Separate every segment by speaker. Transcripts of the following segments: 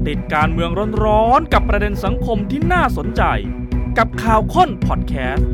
Speaker 1: ติดการเมืองร้อนๆกับประเด็นสังคมที่น่าสนใจกับข่าวค้นพอดแคสต์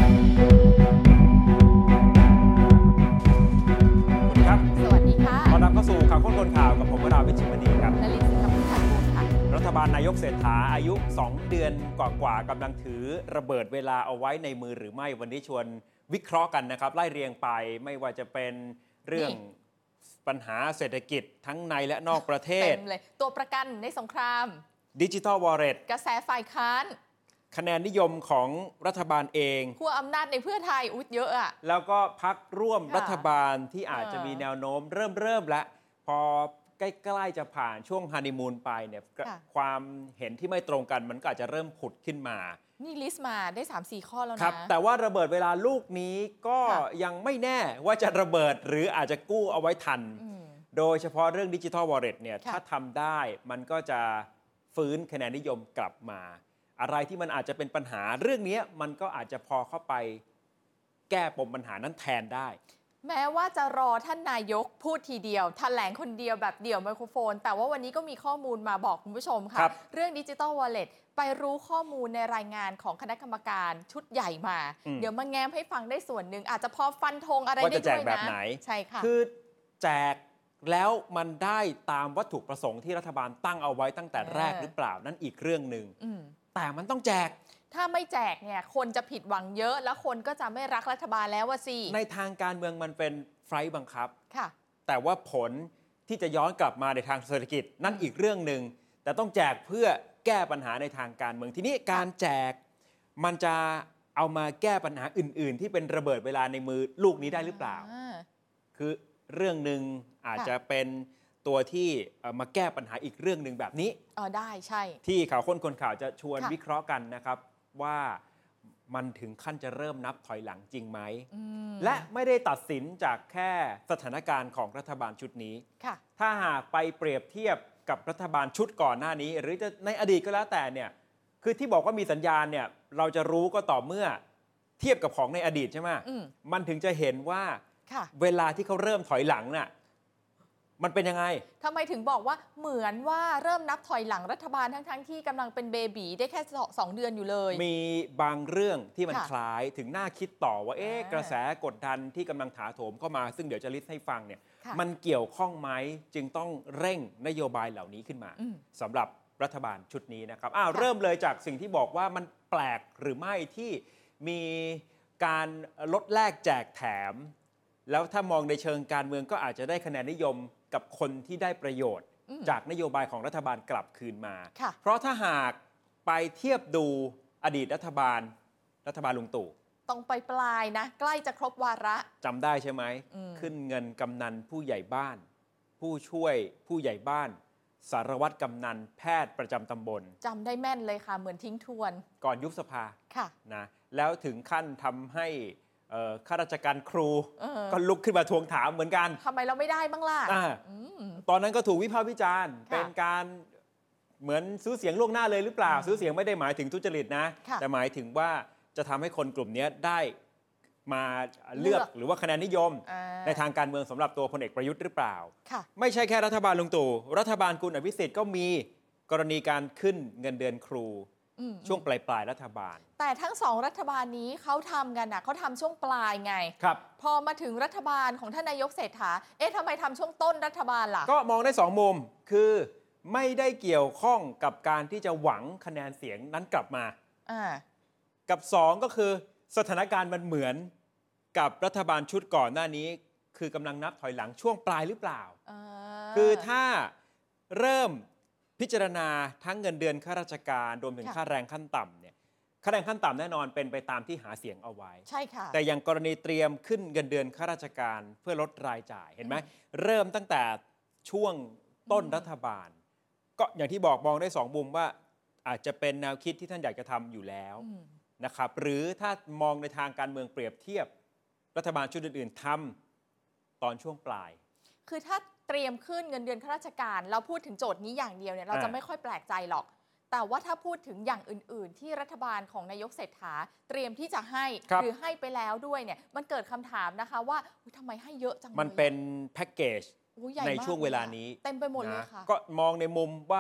Speaker 2: ครับ
Speaker 3: สวัสดีค่ะ
Speaker 2: ต้อนรับเข้าสู่ข่าวค้นคนข่าวกับผมวราวิชิตมณีครับ
Speaker 3: นลินทร์สิงห์บุญพันธ์ค่ะ
Speaker 2: รัฐบาลนายกเศรษฐาอายุ 2 เดือนกว่าๆกำลังถือระเบิดเวลาเอาไว้ในมือหรือไม่วันนี้ชวนวิเคราะห์กันนะครับไล่เรียงไปไม่ว่าจะเป็นเรื่องปัญหาเศรษฐกิจทั้งในและนอกประเทศ
Speaker 3: เต็มเลยตัวประกันในสงคราม
Speaker 2: Digital Wallet
Speaker 3: กระแสฝ่ายค้าน
Speaker 2: คะแนนนิยมของรัฐบาลเอง
Speaker 3: ขั้วอำนาจในเพื่อไทยเยอะอ่ะ
Speaker 2: แล้วก็พรรคร่วมรัฐบาลที่อาจจะมีแนวโน้มเริ่มแล้วพอใกล้ๆจะผ่านช่วงฮันนีมูนไปเนี่ยความเห็นที่ไม่ตรงกันมันก็อาจจะเริ่มผุดขึ้นมา
Speaker 3: นี่ลิสต์มาได้ 3-4 ข้อแล้ว
Speaker 2: นะครับ
Speaker 3: นะ
Speaker 2: แต่ว่าระเบิดเวลาลูกนี้ก็ยังไม่แน่ว่าจะระเบิดหรืออาจจะกู้เอาไว้ทันโดยเฉพาะเรื่อง Digital Wallet เนี่ยถ้าทำได้มันก็จะฟื้นคะแนนนิยมกลับมาอะไรที่มันอาจจะเป็นปัญหาเรื่องนี้มันก็อาจจะพอเข้าไปแก้ปมปัญหานั้นแทนได้
Speaker 3: แม้ว่าจะรอท่านนายกพูดทีเดียวแถลงคนเดียวแบบเดี่ยวไมโครโฟนแต่ว่าวันนี้ก็มีข้อมูลมาบอกคุณผู้ชมค่ะเรื่อง Digital Wallet ไปรู้ข้อมูลในรายงานของคณะกรรมการชุดใหญ่มาเดี๋ยวมาแง้มให้ฟังได้ส่วนหนึ่งอาจจะพอฟันธงอะไรได้ด้วยนะใช่ค่ะ
Speaker 2: คือแจกแล้วมันได้ตามวัตถุประสงค์ที่รัฐบาลตั้งเอาไว้ตั้งแต่แรกหรือเปล่านั่นอีกเรื่องหนึ่งแต่มันต้องแจก
Speaker 3: ถ้าไม่แจกเนี่ยคนจะผิดหวังเยอะแล้วคนก็จะไม่รักรัฐบาลแล้วว่าสิ
Speaker 2: ในทางการเมืองมันเป็นไฟล์บังคับ
Speaker 3: ค่ะ
Speaker 2: แต่ว่าผลที่จะย้อนกลับมาในทางเศรษฐกิจนั่นอีกเรื่องหนึ่งแต่ต้องแจกเพื่อแก้ปัญหาในทางการเมืองทีนี้การแจกมันจะเอามาแก้ปัญหาอื่นๆที่เป็นระเบิดเวลาในมือลูกนี้ได้หรือเปล่าคือเรื่องหนึ่งอาจจะเป็นตัวที่มาแก้ปัญหาอีกเรื่องหนึ่งแบบนี้
Speaker 3: ได้ใช่
Speaker 2: ที่ข่าวค้นคนข่าวจะชวนวิเคราะห์กันนะครับว่ามันถึงขั้นจะเริ่มนับถอยหลังจริงไหมและไม่ได้ตัดสินจากแค่สถานการณ์ของรัฐบาลชุดนี้ถ้าหากไปเปรียบเทียบกับรัฐบาลชุดก่อนหน้านี้หรือจะในอดีตก็แล้วแต่เนี่ยคือที่บอกว่ามีสัญญาณเนี่ยเราจะรู้ก็ต่อเมื่อเทียบกับของในอดีตใช่ไหมมันถึงจะเห็นว่าเวลาที่เขาเริ่มถอยหลังน่ะมันเป็นยังไง
Speaker 3: ทำไมถึงบอกว่าเหมือนว่าเริ่มนับถอยหลังรัฐบาลทั้งที่กำลังเป็นเบบีได้แค่2 เดือนอยู่เลย
Speaker 2: มีบางเรื่องที่มันคล้ายถึงน่าคิดต่อว่ากระแสกดดันที่กำลังถาโถมเข้ามาซึ่งเดี๋ยวจะลิสต์ให้ฟังเนี่ยมันเกี่ยวข้องไหมจึงต้องเร่งนโยบายเหล่านี้ขึ้นมาสำหรับรัฐบาลชุดนี้นะครับเริ่มเลยจากสิ่งที่บอกว่ามันแปลกหรือไม่ที่มีการลดแลกแจกแถมแล้วถ้ามองในเชิงการเมืองก็อาจจะได้คะแนนนิยมกับคนที่ได้ประโยชน์จากนโยบายของรัฐบาลกลับคืนมาเพราะถ้าหากไปเทียบดูอดีตรัฐบาลลุงตู่
Speaker 3: ต้องไปปลายนะใกล้จะครบวาระ
Speaker 2: จำได้ใช่ไหมขึ้นเงินกำนันผู้ใหญ่บ้านผู้ช่วยผู้ใหญ่บ้านสารวัตรกำนันแพทย์ประจำตำบล
Speaker 3: จำได้แม่นเลยค่ะเหมือนทิ้งทวน
Speaker 2: ก่อนยุบสภานะแล้วถึงขั้นทำให้ข้าราชการครูก็ลุกขึ้นมาทวงถามเหมือนกัน
Speaker 3: ทำไมเราไม่ได้บ้างล่ะ
Speaker 2: ตอนนั้นก็ถูกวิพากษ์วิจารณ์เป็นการเหมือนซื้อเสียงล่วงหน้าเลยหรือเปล่าซื้อเสียงไม่ได้หมายถึงทุจริตนะแต่หมายถึงว่าจะทำให้คนกลุ่มนี้ได้มาเลือกหรือว่าคะแนนนิยมในทางการเมืองสำหรับตัวพลเอกประยุทธ์หรือเปล่าไม่ใช่แค่รัฐบาลลุงตู่รัฐบาลคุณอภิสิทธิ์ก็มีกรณีการขึ้นเงินเดือนครูช่วงปลายรัฐบาล
Speaker 3: แต่ทั้ง2รัฐบาลนี้เขาทำกันนะเขาทำช่วงปลายไงพอมาถึงรัฐบาลของท่านนายกเศรษฐาทำไมทำช่วงต้นรัฐบาลล่ะ
Speaker 2: ก็มองได้2มุมคือไม่ได้เกี่ยวข้องกับการที่จะหวังคะแนนเสียงนั้นกลับมากับ2ก็คือสถานการณ์มันเหมือนกับรัฐบาลชุดก่อนหน้านี้คือกำลังนับถอยหลังช่วงปลายหรือเปล่าคือถ้าเริ่มพิจารณาทั้งเงินเดือนข้าราชการรวมถึงค่าแรงขั้นต่ำเนี่ยค่าแรงขั้นต่ำแน่นอนเป็นไปตามที่หาเสียงเอาไว้
Speaker 3: ใช่ค่ะ
Speaker 2: แต่อย่างกรณีเตรียมขึ้นเงินเดือนข้าราชการเพื่อลดรายจ่ายเห็นไหมเริ่มตั้งแต่ช่วงต้นรัฐบาลก็อย่างที่บอกมองได้2มุมว่าอาจจะเป็นแนวคิดที่ท่านอยากจะทำอยู่แล้วนะครับหรือถ้ามองในทางการเมืองเปรียบเทียบรัฐบาลชุดอื่นๆทำตอนช่วงปลาย
Speaker 3: คือถ้าเตรียมขึ้นเงินเดือนข้าราชการเราพูดถึงโจทย์นี้อย่างเดียวเนี่ยเราจะไม่ค่อยแปลกใจหรอกแต่ว่าถ้าพูดถึงอย่างอื่นๆที่รัฐบาลของนายกเศรษฐาเตรียมที่จะให้หรือให้ไปแล้วด้วยเนี่ยมันเกิดคำถามนะคะว่าทำไมให้เยอะจัง
Speaker 2: มันเป็นแพ็กเกจในช่วงเวลานี้
Speaker 3: เต็มไปหมดเลยค่ะ
Speaker 2: ก็มองในมุมว่า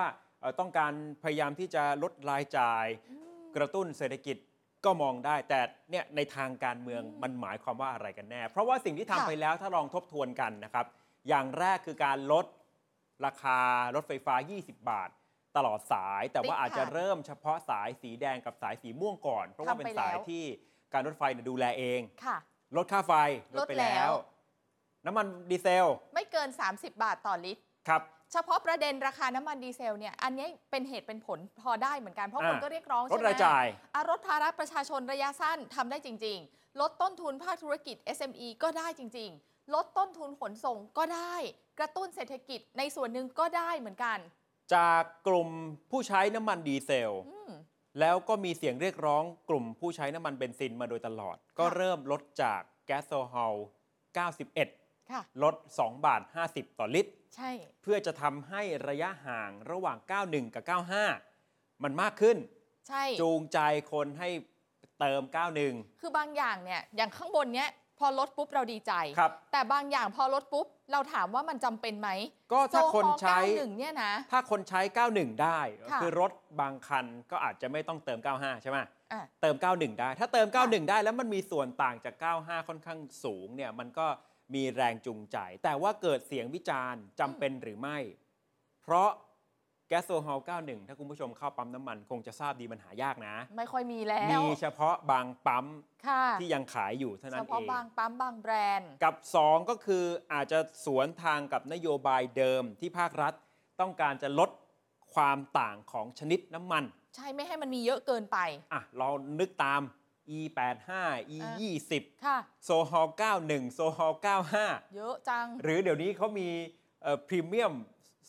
Speaker 2: ต้องการพยายามที่จะลดรายจ่ายกระตุ้นเศรษฐกิจก็มองได้แต่เนี่ยในทางการเมืองมันหมายความว่าอะไรกันแน่เพราะว่าสิ่งที่ทำไปแล้วถ้าลองทบทวนกันนะครับอย่างแรกคือการลดราคารถไฟฟ้า20 บาทตลอดสายแต่ว่าอาจจะเริ่มเฉพาะสายสีแดงกับสายสีม่วงก่อนเพราะว่าเป็นสายที่การรถไฟดูแลเองลดค่าไฟลดไปแล้วน้ำมันดีเซล
Speaker 3: ไม่เกิน30 บาทต่อลิตร
Speaker 2: ครับ
Speaker 3: เฉพาะประเด็นราคาน้ำมันดีเซลเนี่ยอันนี้เป็นเหตุเป็นผลพอได้เหมือนกันเพราะคนก็เรียกร้องใช่ไหม
Speaker 2: ลดรายจ่าย
Speaker 3: ลดภาระประชาชนระยะสั้นทำได้จริงๆลดต้นทุนภาคธุรกิจ SME ก็ได้จริงๆลดต้นทุนขนส่งก็ได้กระตุ้นเศรษฐกิจในส่วนหนึ่งก็ได้เหมือนกัน
Speaker 2: จากกลุ่มผู้ใช้น้ำมันดีเซลแล้วก็มีเสียงเรียกร้องกลุ่มผู้ใช้น้ำมันเบนซินมาโดยตลอดก็เริ่มลดจากแก๊สโซฮอล91ลด2 บาท 50 ต่อลิตร
Speaker 3: ใช่
Speaker 2: เพื่อจะทำให้ระยะห่างระหว่าง91กับ95มันมากขึ้น
Speaker 3: ใช่
Speaker 2: จูงใจคนให้เติม91
Speaker 3: คือบางอย่างเนี่ยอย่างข้างบนเนี้ยพอลดปุ๊บเราดีใจแต่บางอย่างพอลดปุ๊บเราถามว่ามันจำเป็นไหม
Speaker 2: ก็ถ้าคนใช้
Speaker 3: 91เนี่ยนะ
Speaker 2: ถ้าคนใช้91ได้คือรถบางคันก็อาจจะไม่ต้องเติม95ใช่ไหมเติม91ได้ถ้าเติม91ได้แล้วมันมีส่วนต่างจาก95ค่อนข้างสูงเนี่ยมันก็มีแรงจูงใจแต่ว่าเกิดเสียงวิจารณ์จำเป็นหรือไม่เพราะแก๊สโซฮอล91ถ้าคุณผู้ชมเข้าปั๊มน้ำมันคงจะทราบดีมันหายากนะ
Speaker 3: ไม่ค่อยมีแล้ว
Speaker 2: มีเฉพาะบางปั๊มที่ยังขายอยู่เท่านั้นเอง
Speaker 3: เฉพาะบางปั๊มบางแบรนด์
Speaker 2: กับ2ก็คืออาจจะสวนทางกับนโยบายเดิมที่ภาครัฐต้องการจะลดความต่างของชนิดน้ำมัน
Speaker 3: ใช่ไม่ให้มันมีเยอะเกินไป
Speaker 2: เรานึกตามE85 E20 โซฮอล91โซฮอล95
Speaker 3: เยอะจัง
Speaker 2: หรือเดี๋ยวนี้เขามีพรีเมียม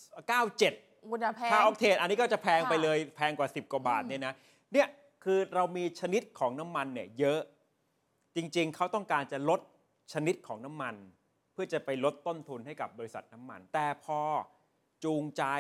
Speaker 2: 97ค่าออกเทนอันนี้ก็จะแพงไปเลยแพงกว่า10 กว่าบาทเนี่ยนะเนี่ยคือเรามีชนิดของน้ำมันเนี่ยเยอะจริงๆเขาต้องการจะลดชนิดของน้ำมันเพื่อจะไปลดต้นทุนให้กับบริษัทน้ำมันแต่พอจูงใจ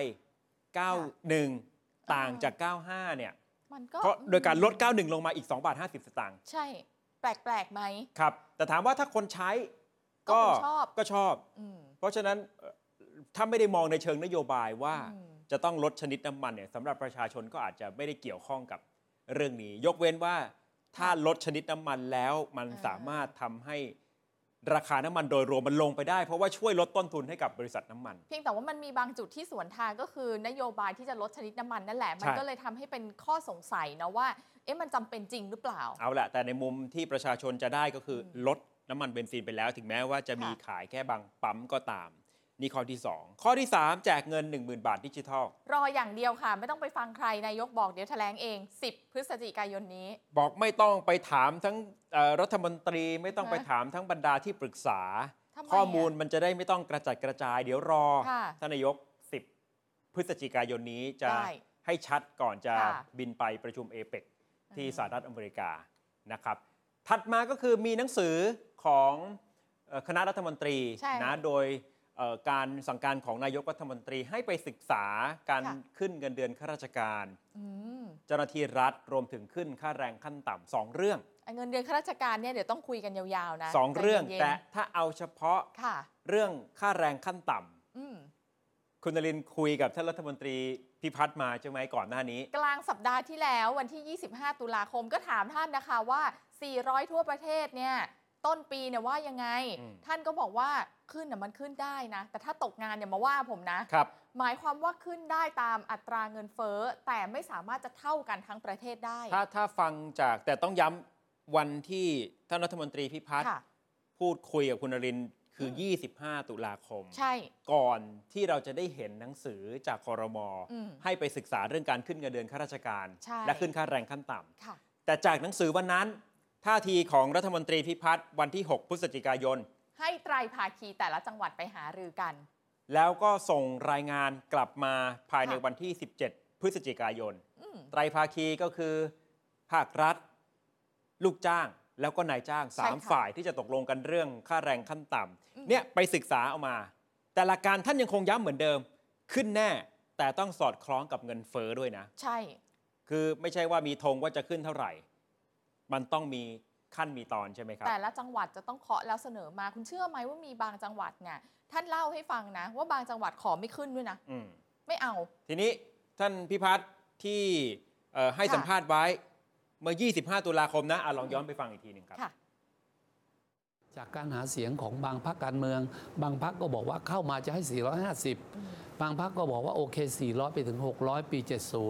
Speaker 2: 91ต่างจาก95เนี่ยเพราะโดยการลด91ลงมาอีก2 บาท 50 สตางค์
Speaker 3: ใช่แปลกๆไหม
Speaker 2: ครับแต่ถามว่าถ้าคนใช้ก็ชอบเพราะฉะนั้นถ้าไม่ได้มองในเชิงนโยบายว่าจะต้องลดชนิดน้ำมันเนี่ยสำหรับประชาชนก็อาจจะไม่ได้เกี่ยวข้องกับเรื่องนี้ยกเว้นว่าถ้าลดชนิดน้ำมันแล้วมันสามารถทำให้ราคาน้ำมันโดยรวมมันลงไปได้เพราะว่าช่วยลดต้นทุนให้กับบริษัทน้ำมัน
Speaker 3: เพียงแต่ว่ามันมีบางจุดที่สวนทางก็คือนโยบายที่จะลดชนิดน้ำมันนั่นแหละมันก็เลยทำให้เป็นข้อสงสัยนะว่ามันจำเป็นจริงหรือเปล่า
Speaker 2: เอาละแต่ในมุมที่ประชาชนจะได้ก็คือลดน้ำมันเบนซินไปแล้วถึงแม้ว่าจะมีขายแค่บางปั๊มก็ตามนี่ข้อที่2ข้อที่3แจกเงิน 10,000 บาทดิจิทัล
Speaker 3: รออย่างเดียวค่ะไม่ต้องไปฟังใครนายกบอกเดี๋ยวแถลงเอง10 พฤศจิกายนนี้
Speaker 2: บอกไม่ต้องไปถามทั้งรัฐมนตรีไม่ต้องไปถามทั้งบรรดาที่ปรึกษาข้อมูลมันจะได้ไม่ต้องกระจัดกระจายเดี๋ยวรอท่านนายก10 พฤศจิกายนนี้จะให้ชัดก่อนจะบินไปประชุมเอเปกที่สหรัฐอเมริกานะครับถัดมาก็คือมีหนังสือของคณะรัฐมนตรีนะโดยการสั่งการของนายกรัฐมนตรีให้ไปศึกษาการขึ้นเงินเดือนข้าราชการเจ้าหน้าที่รัฐรวมถึงขึ้นค่าแรงขั้นต่ำ2 เรื่อง
Speaker 3: เงินเดือนข้าราชการเนี่ยเดี๋ยวต้องคุยกันยาวๆนะ
Speaker 2: 2 เรื่องแต่ถ้าเอาเฉพาะเรื่องค่าแรงขั้นต่ำคุณนรินทร์คุยกับท่านรัฐมนตรีพิพัฒน์มาใช่ไหมก่อนหน้านี้
Speaker 3: กลางสัปดาห์ที่แล้ววันที่25 ตุลาคมก็ถามท่านนะคะว่า400ทั่วประเทศเนี่ยต้นปีเนี่ยว่ายังไงท่านก็บอกว่าขึ้นมันขึ้นได้นะแต่ถ้าตกงานเนี่ยมาว่าผมนะครับหมายความว่าขึ้นได้ตามอัตราเงินเฟ้อแต่ไม่สามารถจะเท่ากันทั้งประเทศได้
Speaker 2: ถ้าฟังจากแต่ต้องย้ำวันที่ท่านรัฐมนตรีพิพัฒน์พูดคุยกับคุณนรินทร์คือ25 ตุลาคม
Speaker 3: ใช่
Speaker 2: ก่อนที่เราจะได้เห็นหนังสือจากครม.ให้ไปศึกษาเรื่องการขึ้นเงินเดือนข้าราชการและขึ้นค่าแรงขั้นต่ำแต่จากหนังสือวันนั้นท่าทีของรัฐมนตรีพิพัฒน์วันที่6 พฤศจิกายน
Speaker 3: ให้ไตรภาคีแต่ละจังหวัดไปหารือกัน
Speaker 2: แล้วก็ส่งรายงานกลับมาภายในวันที่17 พฤศจิกายนไตรภาคีก็คือภาครัฐลูกจ้างแล้วก็นายจ้าง3 ฝ่ายที่จะตกลงกันเรื่องค่าแรงขั้นต่ำเนี่ยไปศึกษาเอามาแต่หลักการท่านยังคงย้ำเหมือนเดิมขึ้นแน่แต่ต้องสอดคล้องกับเงินเฟ้อด้วยนะ
Speaker 3: ใช่
Speaker 2: คือไม่ใช่ว่ามีธงว่าจะขึ้นเท่าไหร่มันต้องมีขั้นมีตอนใช่ไหมครับ
Speaker 3: แต่ละจังหวัดจะต้องเคาะแล้วเสนอมาคุณเชื่อไหมว่ามีบางจังหวัดเนี่ยท่านเล่าให้ฟังนะว่าบางจังหวัดขอไม่ขึ้นด้วยนะไม่เอา
Speaker 2: ทีนี้ท่านพิพัฒน์ที่ให้สัมภาษณ์ไว้เมื่อ 25 ตุลาคมนะลองย้อนไปฟังอีกทีหนึ่งครับ
Speaker 4: จากการหาเสียงของบางพรรคการเมืองบางพรรคก็บอกว่าเข้ามาจะให้450บางพรรคก็บอกว่าโอเค400ไปถึง600ปี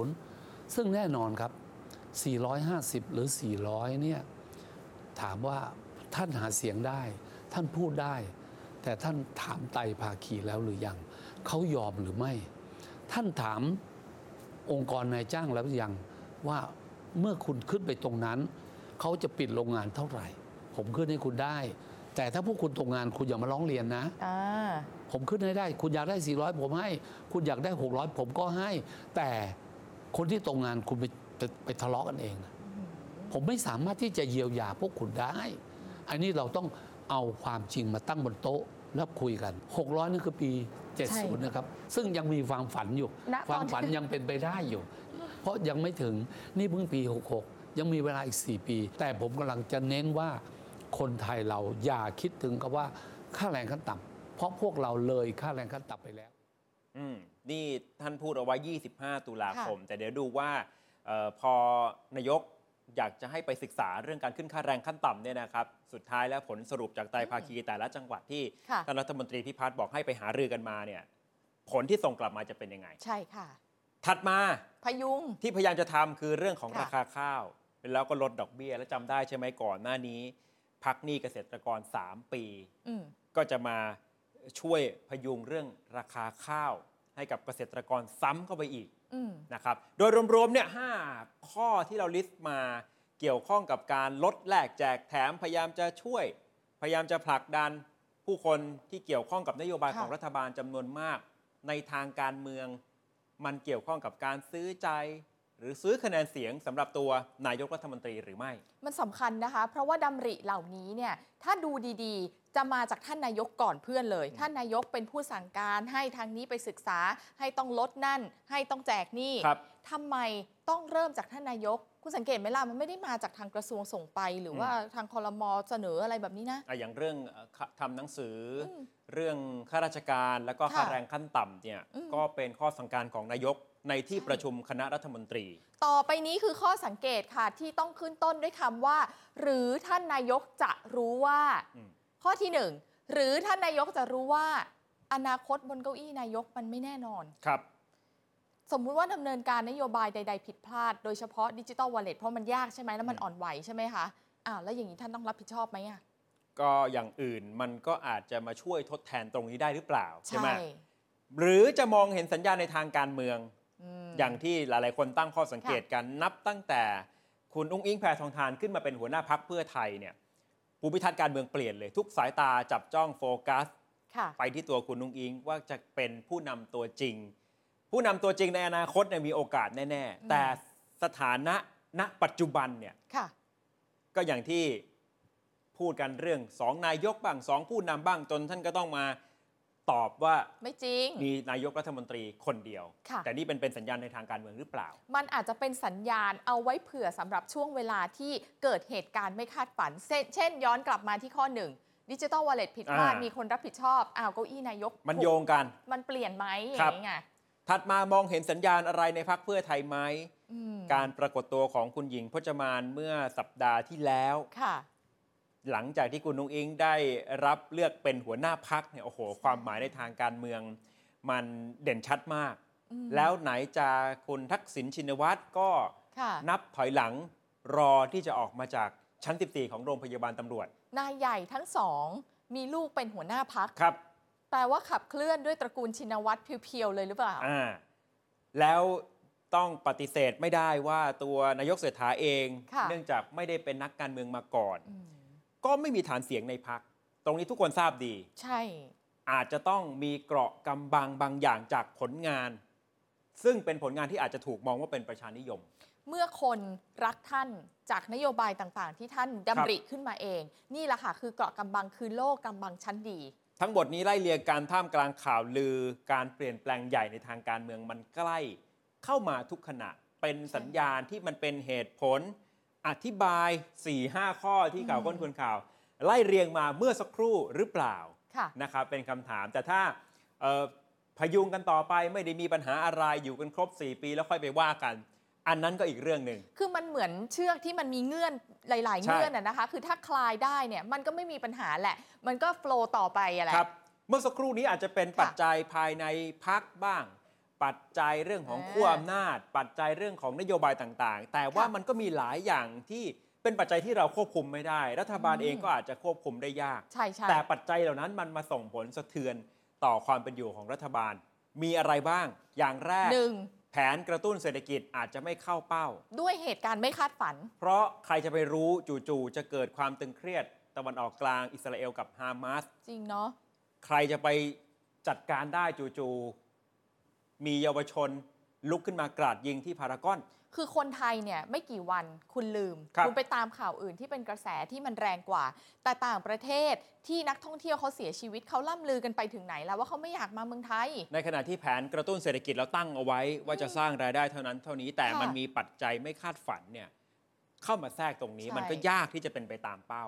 Speaker 4: 70ซึ่งแน่นอนครับ450หรือ400เนี่ยถามว่าท่านหาเสียงได้ท่านพูดได้แต่ท่านถามไตรภาคีแล้วหรือยังเขายอมหรือไม่ท่านถามองค์กรนายจ้างแล้วหรือยังว่าเมื่อคุณขึ้นไปตรงนั้นเขาจะปิดโรงงานเท่าไหร่ผมขึ้นให้คุณได้แต่ถ้าพวกคุณตกงานคุณอย่ามาร้องเรียนนะผมขึ้นให้ได้คุณอยากได้400ผมให้คุณอยากได้600ผมก็ให้แต่คนที่ตกงานคุณไปทะเลาะกันเองผมไม่สามารถที่จะเยียวยาพวกคุณได้อันนี้เราต้องเอาความจริงมาตั้งบนโต๊ะแล้วคุยกัน600นั่นคือปี70นะครับซึ่งยังมีความฝันอยู่ความฝันยังเป็นไปได้อยู่เพราะยังไม่ถึงนี่เพิ่งปี66ยังมีเวลาอีก4ปีแต่ผมกำลังจะเน้นว่าคนไทยเราอย่าคิดถึงกับว่าค่าแรงขั้นต่ำเพราะพวกเราเลยค่าแรงขั้นต่ำไปแล้ว
Speaker 2: นี่ท่านพูดเอาไว้25 ตุลาคมแต่เดี๋ยวดูว่าพอนายกอยากจะให้ไปศึกษาเรื่องการขึ้นค่าแรงขั้นต่ำเนี่ยนะครับสุดท้ายแล้วผลสรุปจากไตรภาคีแต่ละจังหวัดที่ท่านรัฐมนตรีพิพัฒน์บอกให้ไปหารือกันมาเนี่ยผลที่ส่งกลับมาจะเป็นยังไง
Speaker 3: ใช่ค่ะ
Speaker 2: ถัดมา
Speaker 3: พยุง
Speaker 2: ที่พยายามจะทำคือเรื่องของราคาข้าวแล้วก็ลดดอกเบี้ยแล้วจำได้ใช่ไหมก่อนหน้านี้พักหนี้เกษตรกร3 ปีก็จะมาช่วยพยุงเรื่องราคาข้าวให้กับเกษตรกรซ้ำเข้าไปอีกนะครับโดยรวมๆเนี่ย5 ข้อที่เราลิสต์มาเกี่ยวข้องกับการลดแลกแจกแถมพยายามจะช่วยพยายามจะผลักดันผู้คนที่เกี่ยวข้องกับนโยบายของรัฐบาลจำนวนมากในทางการเมืองมันเกี่ยวข้องกับการซื้อใจหรือซื้อคะแนนเสียงสำหรับตัวนายกรัฐมนตรีหรือไม่
Speaker 3: มันสำคัญนะคะเพราะว่าดำริเหล่านี้เนี่ยถ้าดูดีๆจะมาจากท่านนายกก่อนเพื่อนเลยท่านนายกเป็นผู้สั่งการให้ทางนี้ไปศึกษาให้ต้องลดนั่นให้ต้องแจกนี่ทำไมต้องเริ่มจากท่านนายกคุณสังเกตไหมล่ะมันไม่ได้มาจากทางกระทรวงส่งไปหรือว่าทางครม.เสนออะไรแบบนี้นะ
Speaker 2: อย่างเรื่องทำหนังสือเรื่องข้าราชการแล้วก็ค่าแรงขั้นต่ำเนี่ยก็เป็นข้อสั่งการของนายกในที่ประชุมคณะรัฐมนตรี
Speaker 3: ต่อไปนี้คือข้อสังเกตค่ะที่ต้องขึ้นต้นด้วยคำว่าหรือท่านนายกจะรู้ว่าข้อที่1หรือท่านนายกจะรู้ว่าอนาคตบนเก้าอี้นายกมันไม่แน่นอน
Speaker 2: ครับ
Speaker 3: สมมุติว่าดำเนินการนโยบายใดๆผิดพลาดโดยเฉพาะดิจิทัลวอลเล็ตเพราะมันยากใช่ไหมแล้วมันอ่อนไหวใช่ไหมคะแล้วอย่างนี้ท่านต้องรับผิดชอบไหม
Speaker 2: ก็อย่างอื่นมันก็อาจจะมาช่วยทดแทนตรงนี้ได้หรือเปล่าใช่ไหมหรือจะมองเห็นสัญญาณในทางการเมืองอย่างที่หลายๆคนตั้งข้อสังเกตกันนับตั้งแต่คุณอุ้งอิงแพทองธารขึ้นมาเป็นหัวหน้าพรรคเพื่อไทยเนี่ยภูมิทัศน์การเมืองเปลี่ยนเลยทุกสายตาจับจ้องโฟกัสไปที่ตัวคุณอุ้งอิงว่าจะเป็นผู้นำตัวจริงผู้นำตัวจริงในอนาคตมีโอกาสแน่ๆแต่สถานะณปัจจุบันเนี่ยก็อย่างที่พูดกันเรื่อง2 นายกบ้าง2 ผู้นำบ้างจนท่านก็ต้องมาตอบว่า
Speaker 3: ไม่จริง
Speaker 2: มีนายกรัฐมนตรีคนเดียวแต่นี่เป็นสัญญาณในทางการเมืองหรือเปล่า
Speaker 3: มันอาจจะเป็นสัญญาณเอาไว้เผื่อสำหรับช่วงเวลาที่เกิดเหตุการณ์ไม่คาดฝันเช่นย้อนกลับมาที่ข้อ1ดิจิทัลวอลเล็ตผิดพลาดมีคนรับผิดชอบเก้าอี้นายก
Speaker 2: มันโยงกัน
Speaker 3: มันเปลี่ยนไหมอย่างนี้ไง
Speaker 2: ถัดมามองเห็นสัญญาณอะไรในพรรคเพื่อไทยไหมการปรากฏตัวของคุณหญิงพจมานเมื่อสัปดาห์ที่แล้วหลังจากที่คุณนุ้งอิงได้รับเลือกเป็นหัวหน้าพรรคเนี่ยโอ้โหความหมายในทางการเมืองมันเด่นชัดมากแล้วไหนจะคุณทักษิณชินวัตรก็นับถอยหลังรอที่จะออกมาจากชั้น14ของโรงพยาบาลตำรวจ
Speaker 3: นายใหญ่ทั้ง2มีลูกเป็นหัวหน้าพรรค
Speaker 2: ครับ
Speaker 3: แปลว่าขับเคลื่อนด้วยตระกูลชินวัตรเพียวๆเลยหรือเปล่า
Speaker 2: แล้วต้องปฏิเสธไม่ได้ว่าตัวนายกเศรษฐาเองเนื่องจากไม่ได้เป็นนักการเมืองมาก่อนก็ไม่มีฐานเสียงในพรรคตรงนี้ทุกคนทราบดี
Speaker 3: ใช่
Speaker 2: อาจจะต้องมีเกราะกำบังบางอย่างจากผลงานซึ่งเป็นผลงานที่อาจจะถูกมองว่าเป็นประชานิยม
Speaker 3: เมื่อคนรักท่านจากนโยบายต่างๆที่ท่านดำริขึ้นมาเองนี่แหละค่ะคือเกราะกำบังคือโล่กำบังชั้นดี
Speaker 2: ทั้งหมดนี้ไล่เรียงการท่ามกลางข่าวลือการเปลี่ยนแปลงใหญ่ในทางการเมืองมันใกล้เข้ามาทุกขณะเป็นสัญญาณที่มันเป็นเหตุผลอธิบาย 4-5 ข้อที่ข่าวก้นคนข่าวไล่เรียงมาเมื่อสักครู่หรือเปล่านะครับเป็นคำถามแต่ถ้าพยุงกันต่อไปไม่ได้มีปัญหาอะไรอยู่กันครบ4 ปีแล้วค่อยไปว่ากัน อันนั้นก็อีกเรื่องหนึ่ง
Speaker 3: คือมันเหมือนเชือกที่มันมีเงื่อนหลายๆเงื่อนนะคะ คือถ้าคลายได้เนี่ยมันก็ไม่มีปัญหาแหละ มันก็โฟลว์ต่อไปอะไร
Speaker 2: ครับเมื่อสักครู่นี้อาจจะเป็นปัจจัยภายในพรรคบ้าง ปัจจัยเรื่องของขั้วอำนาจปัจจัยเรื่องของนโยบายต่างๆแต่ว่ามันก็มีหลายอย่างที่เป็นปัจจัยที่เราควบคุมไม่ได้รัฐบาลเองก็อาจจะควบคุมได้ยาก
Speaker 3: ใช่
Speaker 2: แต่ปัจจัยเหล่านั้นมันมาส่งผลสะเทือนต่อความเป็นอยู่ของรัฐบาลมีอะไรบ้างอย่างแรกแผนกระตุ้นเศรษฐกิจอาจจะไม่เข้าเป้า
Speaker 3: ด้วยเหตุการณ์ไม่คาดฝัน
Speaker 2: เพราะใครจะไปรู้จู่ๆจะเกิดความตึงเครียดตะวันออกกลางอิสราเอลกับฮามาส
Speaker 3: จริงเนาะ
Speaker 2: ใครจะไปจัดการได้จู่ๆมีเยาวชนลุกขึ้นมากราดยิงที่พารากอน
Speaker 3: คือคนไทยเนี่ยไม่กี่วันคุณลืมคุณไปตามข่าวอื่นที่เป็นกระแสที่มันแรงกว่าแต่ต่างประเทศที่นักท่องเที่ยวเขาเสียชีวิตเขาล่ำลือกันไปถึงไหนแล้วว่าเขาไม่อยากมาเมืองไทย
Speaker 2: ในขณะที่แผนกระตุ้นเศรษฐกิจเราตั้งเอาไว้ว่าจะสร้างรายได้เท่านั้นเท่านี้แต่มันมีปัจจัยไม่คาดฝันเนี่ยเข้ามาแทรกตรงนี้มันก็ยากที่จะเป็นไปตามเป้า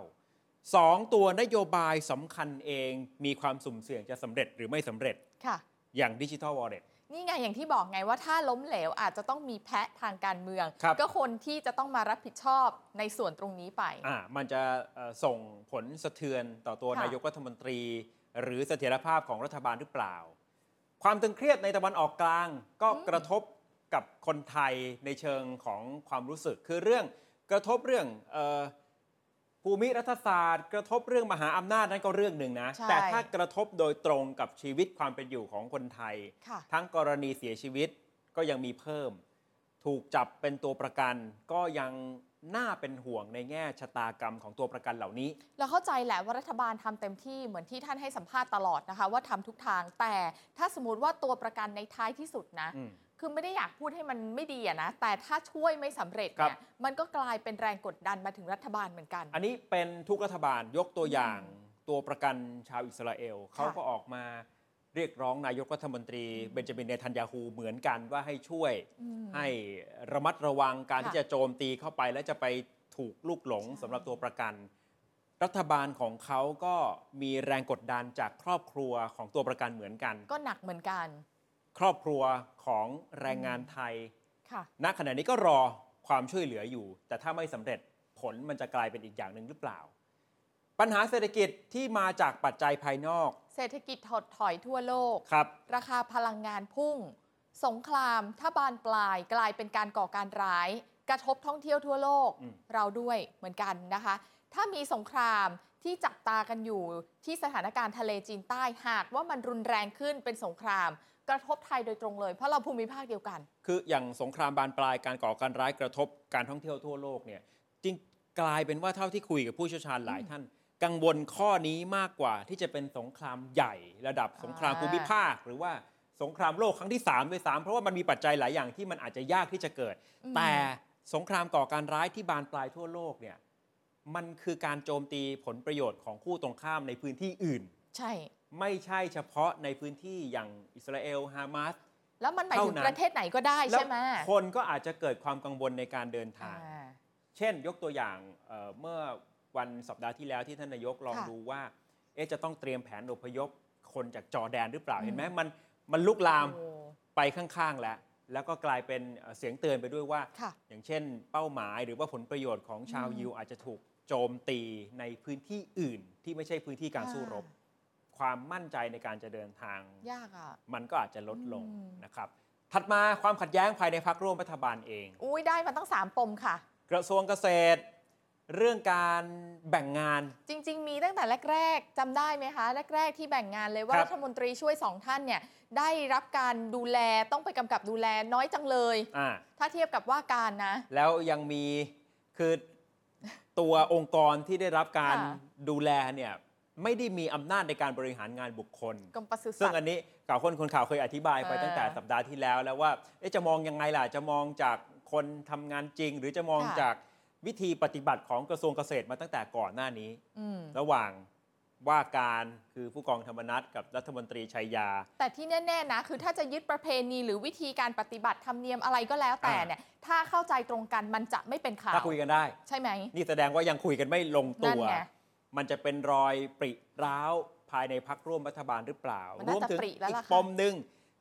Speaker 2: 2ตัวนโยบายสำคัญเองมีความสุ่มเสี่ยงจะสำเร็จหรือไม่สำเร็จอย่าง Digital Wallet
Speaker 3: นี่ไงอย่างที่บอกไงว่าถ้าล้มเหลวอาจจะต้องมีแพ้ทางการเมืองก็คนที่จะต้องมารับผิดชอบในส่วนตรงนี้ไป
Speaker 2: มันจะส่งผลสะเทือนต่อตัวนายกรัฐมนตรีหรือเสถียรภาพของรัฐบาลหรือเปล่าความตึงเครียดในตะวันออกกลางก็กระทบกับคนไทยในเชิงของความรู้สึกคือเรื่องกระทบเรื่องภูมิรัฐศาสตร์กระทบเรื่องมหาอำนาจนั้นก็เรื่องหนึ่งนะแต่ถ้ากระทบโดยตรงกับชีวิตความเป็นอยู่ของคนไทยทั้งกรณีเสียชีวิตก็ยังมีเพิ่มถูกจับเป็นตัวประกันก็ยังน่าเป็นห่วงในแง่ชะตากรรมของตัวประกันเหล่านี้
Speaker 3: เราเข้าใจแหละว่ารัฐบาลทำเต็มที่เหมือนที่ท่านให้สัมภาษณ์ตลอดนะคะว่าทำทุกทางแต่ถ้าสมมติว่าตัวประกันในท้ายที่สุดนะคือไม่ได้อยากพูดให้มันไม่ดีนะแต่ถ้าช่วยไม่สำเร็จเนี่ยมันก็กลายเป็นแรงกดดันมาถึงรัฐบาลเหมือนกัน
Speaker 2: อันนี้เป็นทุกรัฐบาลยกตัวอย่างตัวประกันชาวอิสราเอลเขาก็ออกมาเรียกร้องนายกรัฐมนตรีเบนจามิน เนทันยาฮูเหมือนกันว่าให้ช่วยให้ระมัดระวังการที่จะโจมตีเข้าไปและจะไปถูกลูกหลงสำหรับตัวประกันรัฐบาลของเขาก็มีแรงกดดันจากครอบครัวของตัวประกันเหมือนกัน
Speaker 3: ก็หนักเหมือนกัน
Speaker 2: ครอบครัวของแรงงานไทยณขณะนี้ก็รอความช่วยเหลืออยู่แต่ถ้าไม่สำเร็จผลมันจะกลายเป็นอีกอย่างหนึ่งหรือเปล่าปัญหาเศรษฐกิจที่มาจากปัจจัยภายนอก
Speaker 3: เศรษฐกิจถดถอยทั่วโลกราคาพลังงานพุ่งสงครามถ้าบานปลายกลายเป็นการก่อการร้ายกระทบท่องเที่ยวทั่วโลกเราด้วยเหมือนกันนะคะถ้ามีสงครามที่จับตากันอยู่ที่สถานการณ์ทะเลจีนใต้หากว่ามันรุนแรงขึ้นเป็นสงครามกระทบไทยโดยตรงเลยเพราะเราภูมิภาคเดียวกัน
Speaker 2: คืออย่างสงครามบานปลายการก่อการร้ายกระทบการท่องเที่ยวทั่วโลกเนี่ยจริงกลายเป็นว่าเท่าที่คุยกับผู้เชี่ยวชาญหลายท่านกังวลข้อนี้มากกว่าที่จะเป็นสงครามใหญ่ระดับสงครามภูมิภาคหรือว่าสงครามโลกครั้งที่3ด้วยซ้ำเพราะว่ามันมีปัจจัยหลายอย่างที่มันอาจจะยากที่จะเกิดแต่สงครามก่อการร้ายที่บานปลายทั่วโลกเนี่ยมันคือการโจมตีผลประโยชน์ของคู่ตรงข้ามในพื้นที่อื่น
Speaker 3: ใช่
Speaker 2: ไม่ใช่เฉพาะในพื้นที่อย่างอิสราเอลฮามาส
Speaker 3: แล้วมันหมายถึงประเทศไหนก็ได้ใช่ไหม
Speaker 2: คนก็อาจจะเกิดความกังวลในการเดินทางเช่นยกตัวอย่างเมื่อวันสัปดาห์ที่แล้วที่ท่านนายกลองดูว่าจะต้องเตรียมแผนอพยพคนจากจอร์แดนหรือเปล่าเห็นไหมมันลุกลามไปข้างๆแล้วก็กลายเป็นเสียงเตือนไปด้วยว่าอย่างเช่นเป้าหมายหรือว่าผลประโยชน์ของชาวยิวอาจจะถูกโจมตีในพื้นที่อื่นที่ไม่ใช่พื้นที่การสู้รบความมั่นใจในการจะเดินทาง
Speaker 3: ยาก
Speaker 2: มันก็อาจจะลดลงนะครับถัดมาความขัดแย้งภายในพรรคร่วมรัฐบาลเอง
Speaker 3: ได้มาตั้ง3 ปมค่ะ
Speaker 2: กระทรวงเกษตรเรื่องการแบ่งงาน
Speaker 3: จริงๆมีตั้งแต่แรกๆจำได้ไหมคะแรกๆที่แบ่งงานเลยว่ารัฐมนตรีช่วย2 ท่านเนี่ยได้รับการดูแลต้องไปกำกับดูแลน้อยจังเลยถ้าเทียบกับว่าการนะ
Speaker 2: แล้วยังมีคือตัวองค์กรที่ได้รับการดูแลเนี่ยไม่ได้มีอำนาจในการบริหารงานบุคคล
Speaker 3: กรมปศุสัตว์
Speaker 2: ซึ่งอันนี้คนข่าวเคยอธิบายไปตั้งแต่สัปดาห์ที่แล้วว่าจะมองยังไงล่ะจะมองจากคนทำงานจริงหรือจะมองจากวิธีปฏิบัติของกระทรวงเกษตรมาตั้งแต่ก่อนหน้านี้ระหว่างว่าการคือผู้กองธรรมนัสกับรัฐมนตรีชัยยา
Speaker 3: แต่ที่แน่ๆนะคือถ้าจะยึดประเพณีหรือวิธีการปฏิบัติธรรมเนียมอะไรก็แล้วแต่เนี่ยถ้าเข้าใจตรงกันมันจะไม่เป็นข่าว
Speaker 2: ถ้าคุยกันได้
Speaker 3: ใช่ไหม
Speaker 2: นี่แสดงว่ายังคุยกันไม่ลงตัวมันจะเป็นรอยปริร้าวภายในพรรคร่วมรัฐบาลหรือเปล่ารวมถึงอีกปมหนึ่ง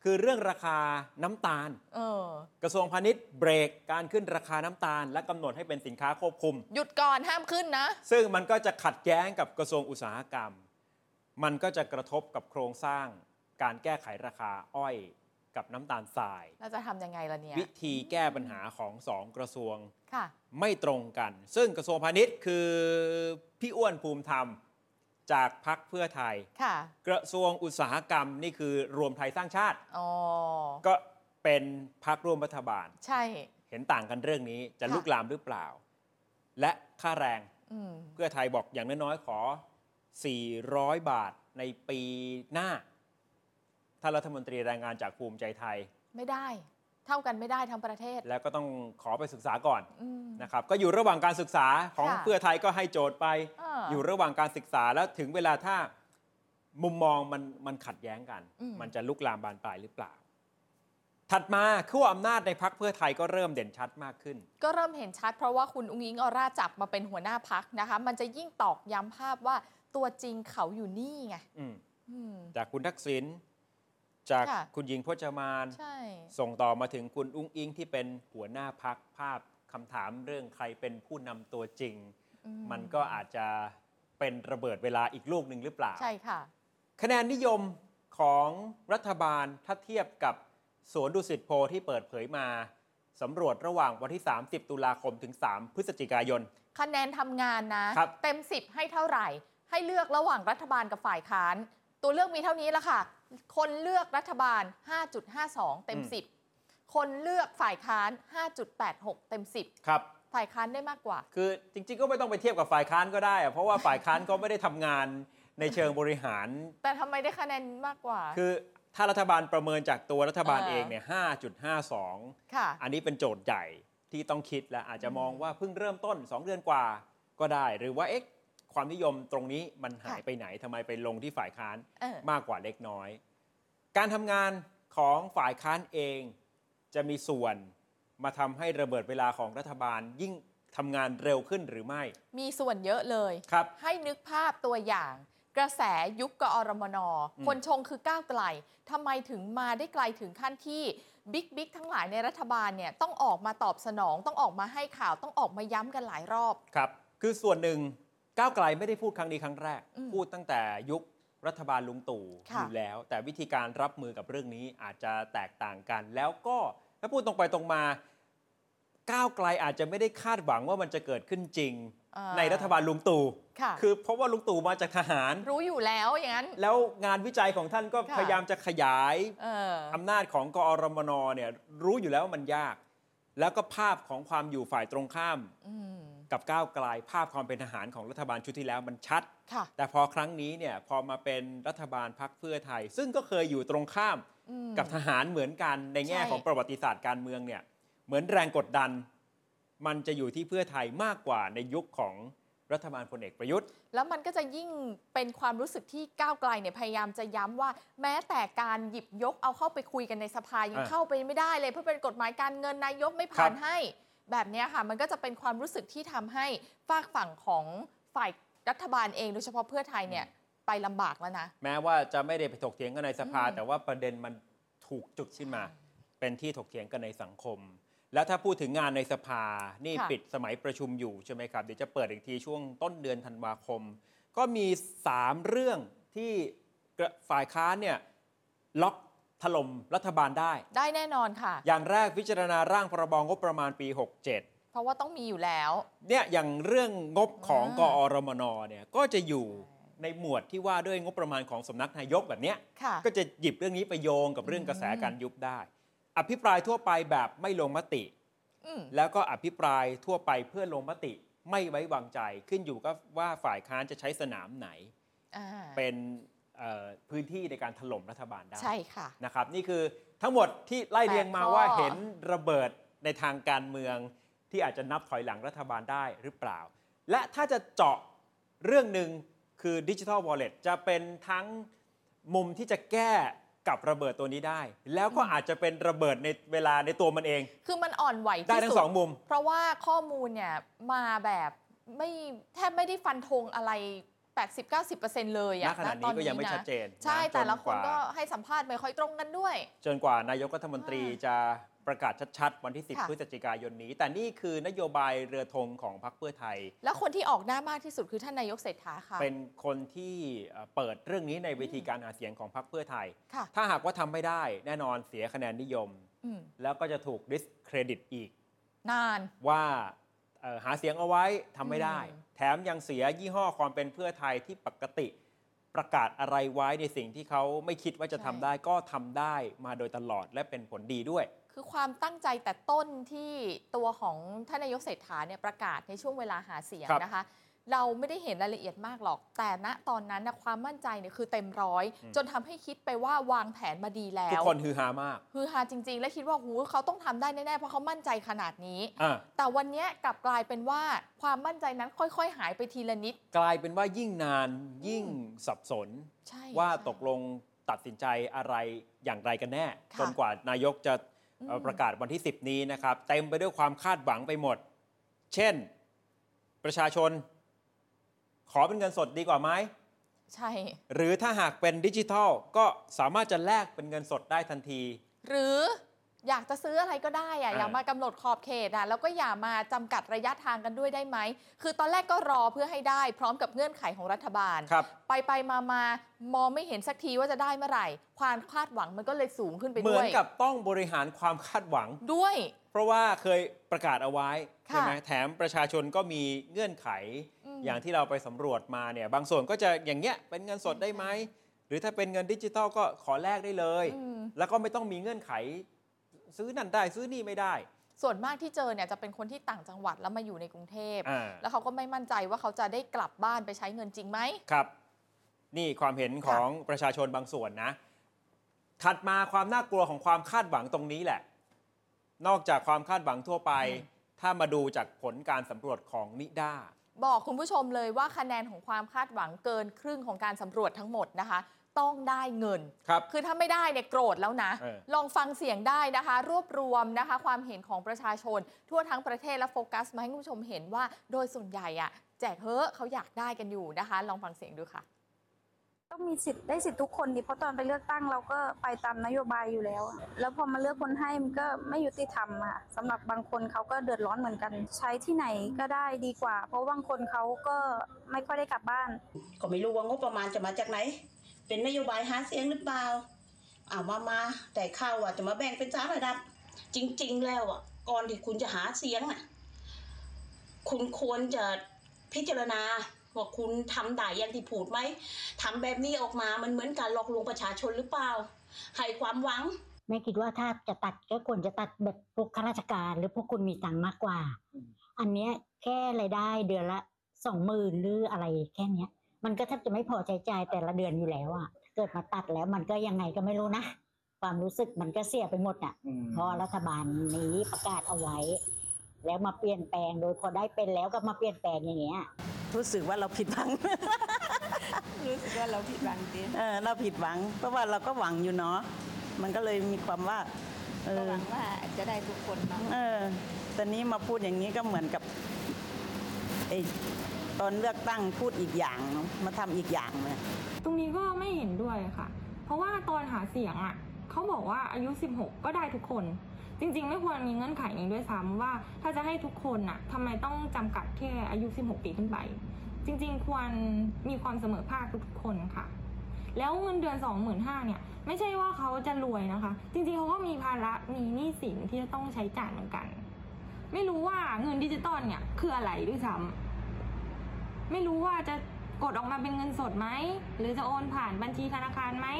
Speaker 2: คือเรื่องราคาน้ำตาล กระทรวงพาณิชย์เบรกการขึ้นราคาน้ำตาลและกำหนดให้เป็นสินค้าควบคุม
Speaker 3: หยุดก่อนห้ามขึ้นนะ
Speaker 2: ซึ่งมันก็จะขัดแย้งกับกระทรวงอุตสาหกรรม มันก็จะกระทบกับโครงสร้างการแก้ไขราคาอ้อยกับน้ำตาลทราย
Speaker 3: เราจะทำยังไงล่ะเนี่ย
Speaker 2: วิธีแก้ปัญหาของสองกระทรวง
Speaker 3: ค่ะ
Speaker 2: ไม่ตรงกัน ซึ่งกระทรวงพาณิชย์คือพี่อ้วนภูมิธรรมจากพรรคเพื่อไทย
Speaker 3: ค่ะ
Speaker 2: กระทรวงอุตสาหกรรมนี่คือรวมไทยสร้างชาติ
Speaker 3: อ๋อ
Speaker 2: ก็เป็นพรรคร่วมรัฐบาล
Speaker 3: ใช่
Speaker 2: เห็นต่างกันเรื่องนี้จะ
Speaker 3: ค่ะ
Speaker 2: ลุกลามหรือเปล่า และค่าแรง
Speaker 3: อืม
Speaker 2: เพื่อไทยบอกอย่างน้อยๆขอ 400 บาทในปีหน้าท่านรัฐมนตรีแรงงานจากภูมิใจไทย
Speaker 3: ไม่ได้ เท่ากันไม่ได้ทั้งประเทศ
Speaker 2: แล้วก็ต้องขอไปศึกษาก่อน
Speaker 3: อืม
Speaker 2: นะครับก็อยู่ระหว่างการศึกษาของ
Speaker 3: ค่ะ
Speaker 2: เพื่อไทยก็ให้โจทย์ไป อยู่ระหว่างการศึกษาแล้วถึงเวลาถ้ามุมมองมันขัดแย้งกัน มันจะลุกลามบานปลายหรือเปล่า ถัดมาขั้วอำนาจในพรรคเพื่อไทยก็เริ่มเด่นชัดมากขึ้น
Speaker 3: ก็เริ่มเห็นชัดเพราะว่าคุณอุ้งอิงออร่าจับมาเป็นหัวหน้าพักนะคะ มันจะยิ่งตอกย้ำภาพว่าตัวจริงเขาอยู่นี่ไง อืม
Speaker 2: จากคุณทักษิณจาก
Speaker 3: ค่ะ
Speaker 2: คุณหญิงพจมาน
Speaker 3: ใช่
Speaker 2: ส่งต่อมาถึงคุณอุ้งอิงที่เป็นหัวหน้าพักภาพคำถามเรื่องใครเป็นผู้นำตัวจริง มันก็อาจจะเป็นระเบิดเวลาอีกลูกหนึ่งหรือเปล่า
Speaker 3: ใช่ค่ะ
Speaker 2: คะแนนนิยมของรัฐบาลถ้าเทียบกับสวนดุสิตโพลที่เปิดเผยมาสำรวจระหว่างวันที่ 30 ตุลาคมถึง 3 พฤศจิกายน
Speaker 3: คะแนนทำงานนะ
Speaker 2: ครับ
Speaker 3: เต็ม 10 ให้เท่าไหร่ ให้เลือกระหว่างรัฐบาลกับฝ่ายค้าน ตัวเลือกมีเท่านี้ละค่ะ คนเลือกรัฐบาล 5.52 เต็ม 10 คนเลือกฝ่ายค้าน 5.86 เต็ม
Speaker 2: ครับ
Speaker 3: 10 ฝ่ายค้านได้มากกว่า
Speaker 2: คือจริงๆก็ไม่ต้องไปเทียบกับฝ่ายค้านก็ได้อะเพราะว่าฝ่ายค้านก็ไม่ได้ทำงานในเชิงบริหาร
Speaker 3: แต่ทำไมได้คะแนนมากกว่า
Speaker 2: คือถ้ารัฐบาลประเมินจากตัวรัฐบาล
Speaker 3: เออ
Speaker 2: เองเนี่ย 5.52
Speaker 3: ค่ะ
Speaker 2: อันนี้เป็นโจทย์ใหญ่ที่ต้องคิดและอาจจะมองว่าเพิ่งเริ่มต้น 2 เดือนกว่าก็ได้ หรือว่าความนิยมตรงนี้มันหายไปไหนทำไมไปลงที่ฝ่ายค้าน
Speaker 3: เออ
Speaker 2: มากกว่าเล็กน้อย การทำงานของฝ่ายค้านเอง จะมีส่วนมาทำให้ระเบิดเวลาของรัฐบาลยิ่งทำงานเร็วขึ้นหรือไม่
Speaker 3: มีส่วนเยอะเลย
Speaker 2: ครับ
Speaker 3: ให้นึกภาพตัวอย่าง กระแสยุคกอรมน คนชงคือก้าวไกลทำไมถึงมาได้ไกลถึงขั้นที่บิ๊กทั้งหลายในรัฐบาลเนี่ยต้องออกมาตอบสนองต้องออกมาให้ข่าวต้องออกมาย้ำกันหลายรอบ
Speaker 2: ครับ คือส่วนหนึ่งก้าวไกลไม่ได้พูดครั้งนี้ครั้งแรก
Speaker 3: อืม
Speaker 2: พูดตั้งแต่ยุครัฐบาลลุงตู่
Speaker 3: ค่ะ
Speaker 2: อยู่แล้ว แต่วิธีการรับมือกับเรื่องนี้อาจจะแตกต่างกัน แล้วก็ถ้าพูดตรงไปตรงมาก้าวไกลอาจจะไม่ได้คาดหวังว่ามันจะเกิดขึ้นจริง ในรัฐบาลลุงตู่
Speaker 3: ค่ะ
Speaker 2: คือเพราะว่าลุงตู่มาจากทหาร
Speaker 3: รู้อยู่แล้วอย่างนั้น
Speaker 2: แล้วงานวิจัยของท่านก็
Speaker 3: ค่ะ
Speaker 2: พยายามจะขยาย
Speaker 3: เออ
Speaker 2: อำนาจของกอรมนเนี่ยรู้อยู่แล้วว่ามันยาก แล้วก็ภาพของความอยู่ฝ่ายตรงข้าม
Speaker 3: อืม
Speaker 2: กับก้าวไกลภาพความเป็นทหารของรัฐบาลชุดที่แล้วมันชัด
Speaker 3: ค่ะ
Speaker 2: แต่พอครั้งนี้เนี่ยพอมาเป็นรัฐบาลพรรคเพื่อไทย ซึ่งก็เคยอยู่ตรงข้าม
Speaker 3: อืม
Speaker 2: กับทหารเหมือนกันในแง่
Speaker 3: ใช่
Speaker 2: ของประวัติศาสตร์การเมืองเนี่ยเหมือนแรงกดดัน มันจะอยู่ที่เพื่อไทยมากกว่าในยุคของรัฐบาลพลเอกประยุทธ์
Speaker 3: แล้วมันก็จะยิ่งเป็นความรู้สึกที่ก้าวไกลเนี่ยพยายามจะย้ำว่า แม้แต่การหยิบยกเอาเข้าไปคุยกันในสภายัง
Speaker 2: อ่ะ
Speaker 3: เข้าไปไม่ได้เลย เพราะเป็นกฎหมายการเงินนายกไม่ผ่าน
Speaker 2: ครับ
Speaker 3: ให้ แบบเนี้ยค่ะ มันก็จะเป็นความรู้สึกที่ทำให้ฝากฝั่งของฝ่ายรัฐบาลเองโดยเฉพาะเพื่อไทยเนี่ยไปลำบากแล้วนะ
Speaker 2: แม้ว่าจะไม่ได้ไปถกเถียงกันในสภา
Speaker 3: อืม
Speaker 2: แต่ว่าประเด็นมันถูกจุดขึ้นมา เป็นที่ถกเถียงกันในสังคม แล้วถ้าพูดถึงงานในสภา นี่
Speaker 3: ค่ะ
Speaker 2: ปิดสมัยประชุมอยู่ใช่ไหมครับ เดี๋ยวจะเปิดอีกทีช่วงต้นเดือนธันวาคม ก็มี 3 เรื่องที่ฝ่ายค้านเนี่ยล็อกถล่มรัฐบาลได้
Speaker 3: ได้แน่นอนค่ะ
Speaker 2: อย่างแรกพิจารณาร่างพรบงบประมาณปี 67
Speaker 3: เพราะว่าต้องมีอยู่แล้ว
Speaker 2: เนี่ยอย่างเรื่องงบของ
Speaker 3: อ่าก
Speaker 2: อรมนเนี่ยก็จะอยู่ในหมวดที่ว่าด้วยงบประมาณของสำนักนายกแบบเนี้ย
Speaker 3: ค่ะ
Speaker 2: ก็จะหยิบเรื่องนี้ไปโยงกับเรื่องกระแสการยุบได้ อภิปรายทั่วไปแบบไม่ลงมติ
Speaker 3: อืม
Speaker 2: แล้วก็อภิปรายทั่วไปเพื่อลงมติไม่ไว้วางใจขึ้นอยู่กับว่าฝ่ายค้านจะใช้สนามไหน
Speaker 3: อ่า
Speaker 2: เป็นพื้นที่ในการถล่มรัฐบาลได้
Speaker 3: ใช่ค่ะ
Speaker 2: นะครับนี่คือทั้งหมดที่ไล่เรียงมา
Speaker 3: 8 ข้อ
Speaker 2: ว่าเห็นระเบิดในทางการเมืองที่อาจจะนับถอยหลังรัฐบาลได้หรือเปล่า และถ้าจะเจาะเรื่องหนึ่งคือดิจิทัลวอลเล็ตจะเป็นทั้งมุมที่จะแก้กับระเบิดตัวนี้ได้ แล้วก็อาจจะเป็นระเบิดในเวลาในตัวมันเอง
Speaker 3: คือมันอ่อนไหว
Speaker 2: ได้
Speaker 3: ที่
Speaker 2: ทั้
Speaker 3: สุ
Speaker 2: ง
Speaker 3: ด
Speaker 2: สองมุม
Speaker 3: เพราะว่าข้อมูลเนี่ยมาแบบแทบไม่ได้ฟันธงอะไร 80-90% เลยอะ
Speaker 2: ณขณะนี้ก็ยังไม่ชัดเจน
Speaker 3: ใช่ แต่ละคนก็ให้สัมภาษณ์ไม่ค่อยตรงกันด้วย
Speaker 2: จนกว่านายกรัฐมนตรีจะประกาศชัดๆวันที่ 10
Speaker 3: ค่ะ
Speaker 2: พฤศจิกายนนี้ แต่นี่คือนโยบายเรือธงของพรรคเพื่อไทย
Speaker 3: แล้วคนที่ออกหน้ามากที่สุดคือท่านนายกเศรษฐาค่ะ
Speaker 2: เป็นคนที่เปิดเรื่องนี้ในเวทีการหาเสียงของพรรคเพื่อไทย
Speaker 3: ค่ะ
Speaker 2: ถ้าหากว่าทำไม่ได้แน่นอนเสียคะแนนนิยม
Speaker 3: อืม
Speaker 2: แล้วก็จะถูกดิสเครดิตอีก
Speaker 3: นาน
Speaker 2: ว่าหาเสียงเอาไว้ทำไม่ได้
Speaker 3: อืม
Speaker 2: แถมยังเสียยี่ห้อความเป็นเพื่อไทยที่ปกติประกาศอะไรไว้ในสิ่งที่เขาไม่คิดว่าจะทำได้ก็ทำได้มาโดยตลอดและเป็นผลดีด้วย
Speaker 3: คือความตั้งใจแต่ต้นที่ตัวของท่านนายกเศรษฐาเนี่ยประกาศในช่วงเวลาหาเสียง
Speaker 2: ครับ
Speaker 3: นะคะ เราไม่ได้เห็นรายละเอียดมากหรอก แต่ณตอนนั้นนะความมั่นใจเนี่ยคือเต็มร้อย จนทำให้คิดไปว่าวางแผนมาดีแล้
Speaker 2: ทุก
Speaker 3: ว
Speaker 2: คนฮือฮามาก
Speaker 3: คือฮาจริง ๆ และคิดว่าหูเขาต้องทำได้แน่ๆเพราะเขามั่นใจขนาดนี้
Speaker 2: อ่ะ
Speaker 3: แต่วันนี้กลับกลายเป็นว่าความมั่นใจนั้นค่อยๆ หายไปทีละนิด
Speaker 2: กลายเป็นว่ายิ่งนานยิ่งสับสน
Speaker 3: ใช่
Speaker 2: ว่า
Speaker 3: ใช่
Speaker 2: ตกลงตัดสินใจอะไรอย่างไรกันแน่
Speaker 3: ค่ะ
Speaker 2: จนกว่านายกจะประกาศวันที่ 10 นี้นะครับ เต็มไปด้วยความคาดหวังไปหมด เช่น ประชาชน ขอเป็นเงินสดดีกว่าไหม
Speaker 3: ใช่
Speaker 2: หรือถ้าหากเป็นดิจิทัลก็สามารถจะแลกเป็นเงินสดได้ทันที
Speaker 3: หรืออยากจะซื้ออะไรก็ได้อะ
Speaker 2: อ่า
Speaker 3: อย่ามากำหนดขอบเขตอะแล้วก็อย่ามาจำกัดระยะทางกันด้วยได้ไหม คือตอนแรกก็รอเพื่อให้ได้ พร้อมกับเงื่อนไขของรัฐบาล
Speaker 2: ครับ
Speaker 3: ไปมามองไม่เห็นสักทีว่าจะได้เมื่อไหร่ ความคาดหวังมันก็เลยสูงขึ้นไป
Speaker 2: เหมื
Speaker 3: ด้
Speaker 2: อ
Speaker 3: วน ย
Speaker 2: กับต้องบริหารความคาดหวัง
Speaker 3: ด้วย
Speaker 2: เพราะว่าเคยประกาศเอาไว้
Speaker 3: ค่ะ
Speaker 2: ใช่ไหมแถมประชาชนก็มีเงื่อนไข อย่างที่เราไปสำรวจมาเนี่ยบางส่วนก็จะอย่างเงี้ยเป็นเงินสดได้ไหม หรือถ้าเป็นเงินดิจิทัลก็ขอแลกได้เลย แล้วก็ไม่ต้องมีเงื่อนไข ซื้อนั่นได้ซื้อนี่ไม่ได้
Speaker 3: ส่วนมากที่เจอเนี่ยจะเป็นคนที่ต่างจังหวัดแล้วมาอยู่ในกรุงเทพ
Speaker 2: อ่า
Speaker 3: แล้วเขาก็ไม่มั่นใจว่าเขาจะได้กลับบ้านไปใช้เงินจริงไหม
Speaker 2: ครับ นี่ความเห็นของประชาชนบางส่วนนะ ถัดมาความน่ากลัวของความคาดหวังตรงนี้แหละ นอกจากความคาดหวังทั่วไป ถ้ามาดูจากผลการสำรวจของนิด้า
Speaker 3: บอกคุณผู้ชมเลยว่าคะแนนของความคาดหวังเกินครึ่งของการสำรวจทั้งหมดนะคะ ต้องได้เงิน
Speaker 2: ครับ
Speaker 3: คือถ้าไม่ได้เนี่ยโกรธแล้วนะ ลองฟังเสียงได้นะคะ รวบรวมนะคะความเห็นของประชาชน ทั่วทั้งประเทศและโฟกัสมาให้คุณผู้ชมเห็นว่าโดยส่วนใหญ่อะแจกเฮ้อะเขาอยากได้กันอยู่นะคะ ลองฟังเสียงดูค่ะ
Speaker 5: ต้องมีสิทธิ์ได้สิทธิ์ทุกคนดิเพราะตอนไปเลือกตั้งเราก็ไปตามนโยบายอยู่แล้วอะแล้วพอมาเลือกคนให้มันก็ไม่ยุติธรรมอะสำหรับบางคนเขาก็เดือดร้อนเหมือนกัน ใช้ที่ไหนก็ได้ดีกว่า เพราะบางคนเขาก็ไม่ค่อยได้กลับบ้าน
Speaker 6: ก็ไม่รู้ว่างบประมาณจะมาจากไหน เป็นนโยบายหาเสียงหรือเปล่ามาแต่ข่าวว่าจะมาแบ่งเป็น3ระดับ จริงๆแล้วอ่ะก่อนที่คุณจะหาเสียงอ่ะคุณควรจะพิจารณาว่าคุณทำได้อย่างที่พูดไหมทำแบบนี้ออกมามันเหมือนการหลอกลวงประชาชนหรือเปล่า ให้ความหวัง
Speaker 7: แม่คิดว่าถ้าจะตัดก็ควรจะตัดแบบพวกข้าราชการหรือพวกคุณมีตังค์มากกว่า อันเนี้ยแค่รายได้เดือนละ20,000หรืออะไรแค่เนี้ย มันก็แทบจะไม่พอใช้จ่ายแต่ละเดือนอยู่แล้วอ่ะเกิดมาตัดแล้วมันก็ยังไงก็ไม่รู้นะความรู้สึกมันก็เสียไปหมดอ่ะเพราะรัฐบาลนี้ประกาศเอาไว้ แล้วมาเปลี่ยนแปลงโดยพอได้เป็นแล้วก็มาเปลี่ยนแปลงอย่างเงี้ย
Speaker 8: รู้สึกว่าเราผิดหวัง
Speaker 9: รู้สึกว่าเราผิดหวังดิ
Speaker 8: เราผิดหวัง เพราะว่าเราก็หวังอยู่เนาะ มันก็เลยมีความว่า
Speaker 9: ก็หวังว่าจะได้ทุกคนเนาะ
Speaker 8: ตอนนี้มาพูดอย่างนี้ก็เหมือนกับตอนเลือกตั้งพูดอีกอย่างเนาะมาทำอีกอย่างเลย
Speaker 10: ตรงนี้ก็ไม่เห็นด้วยค่ะ เพราะว่าตอนหาเสียงอ่ะเขาบอกว่าอายุ 16 ก็ได้ทุกคน จริงๆ ไม่ควรมีเงื่อนไขนี้ด้วยซ้ำว่าถ้าจะให้ทุกคนน่ะทำไมต้องจำกัดแค่อายุ 16 ปีขึ้นไป จริงๆ ควรมีความเสมอภาคทุกคนค่ะ แล้วเงินเดือน 25,000 เนี่ยไม่ใช่ว่าเขาจะรวยนะคะ จริงๆ เขาก็มีภาระมีหนี้สินที่จะต้องใช้จ่ายเหมือนกัน ไม่รู้ว่าเงินดิจิตอลเนี่ยคืออะไรด้วยซ้ำไม่รู้ว่าจะกดออกมาเป็นเงินสดไหมหรือจะโอนผ่านบัญชีธนาคารไหม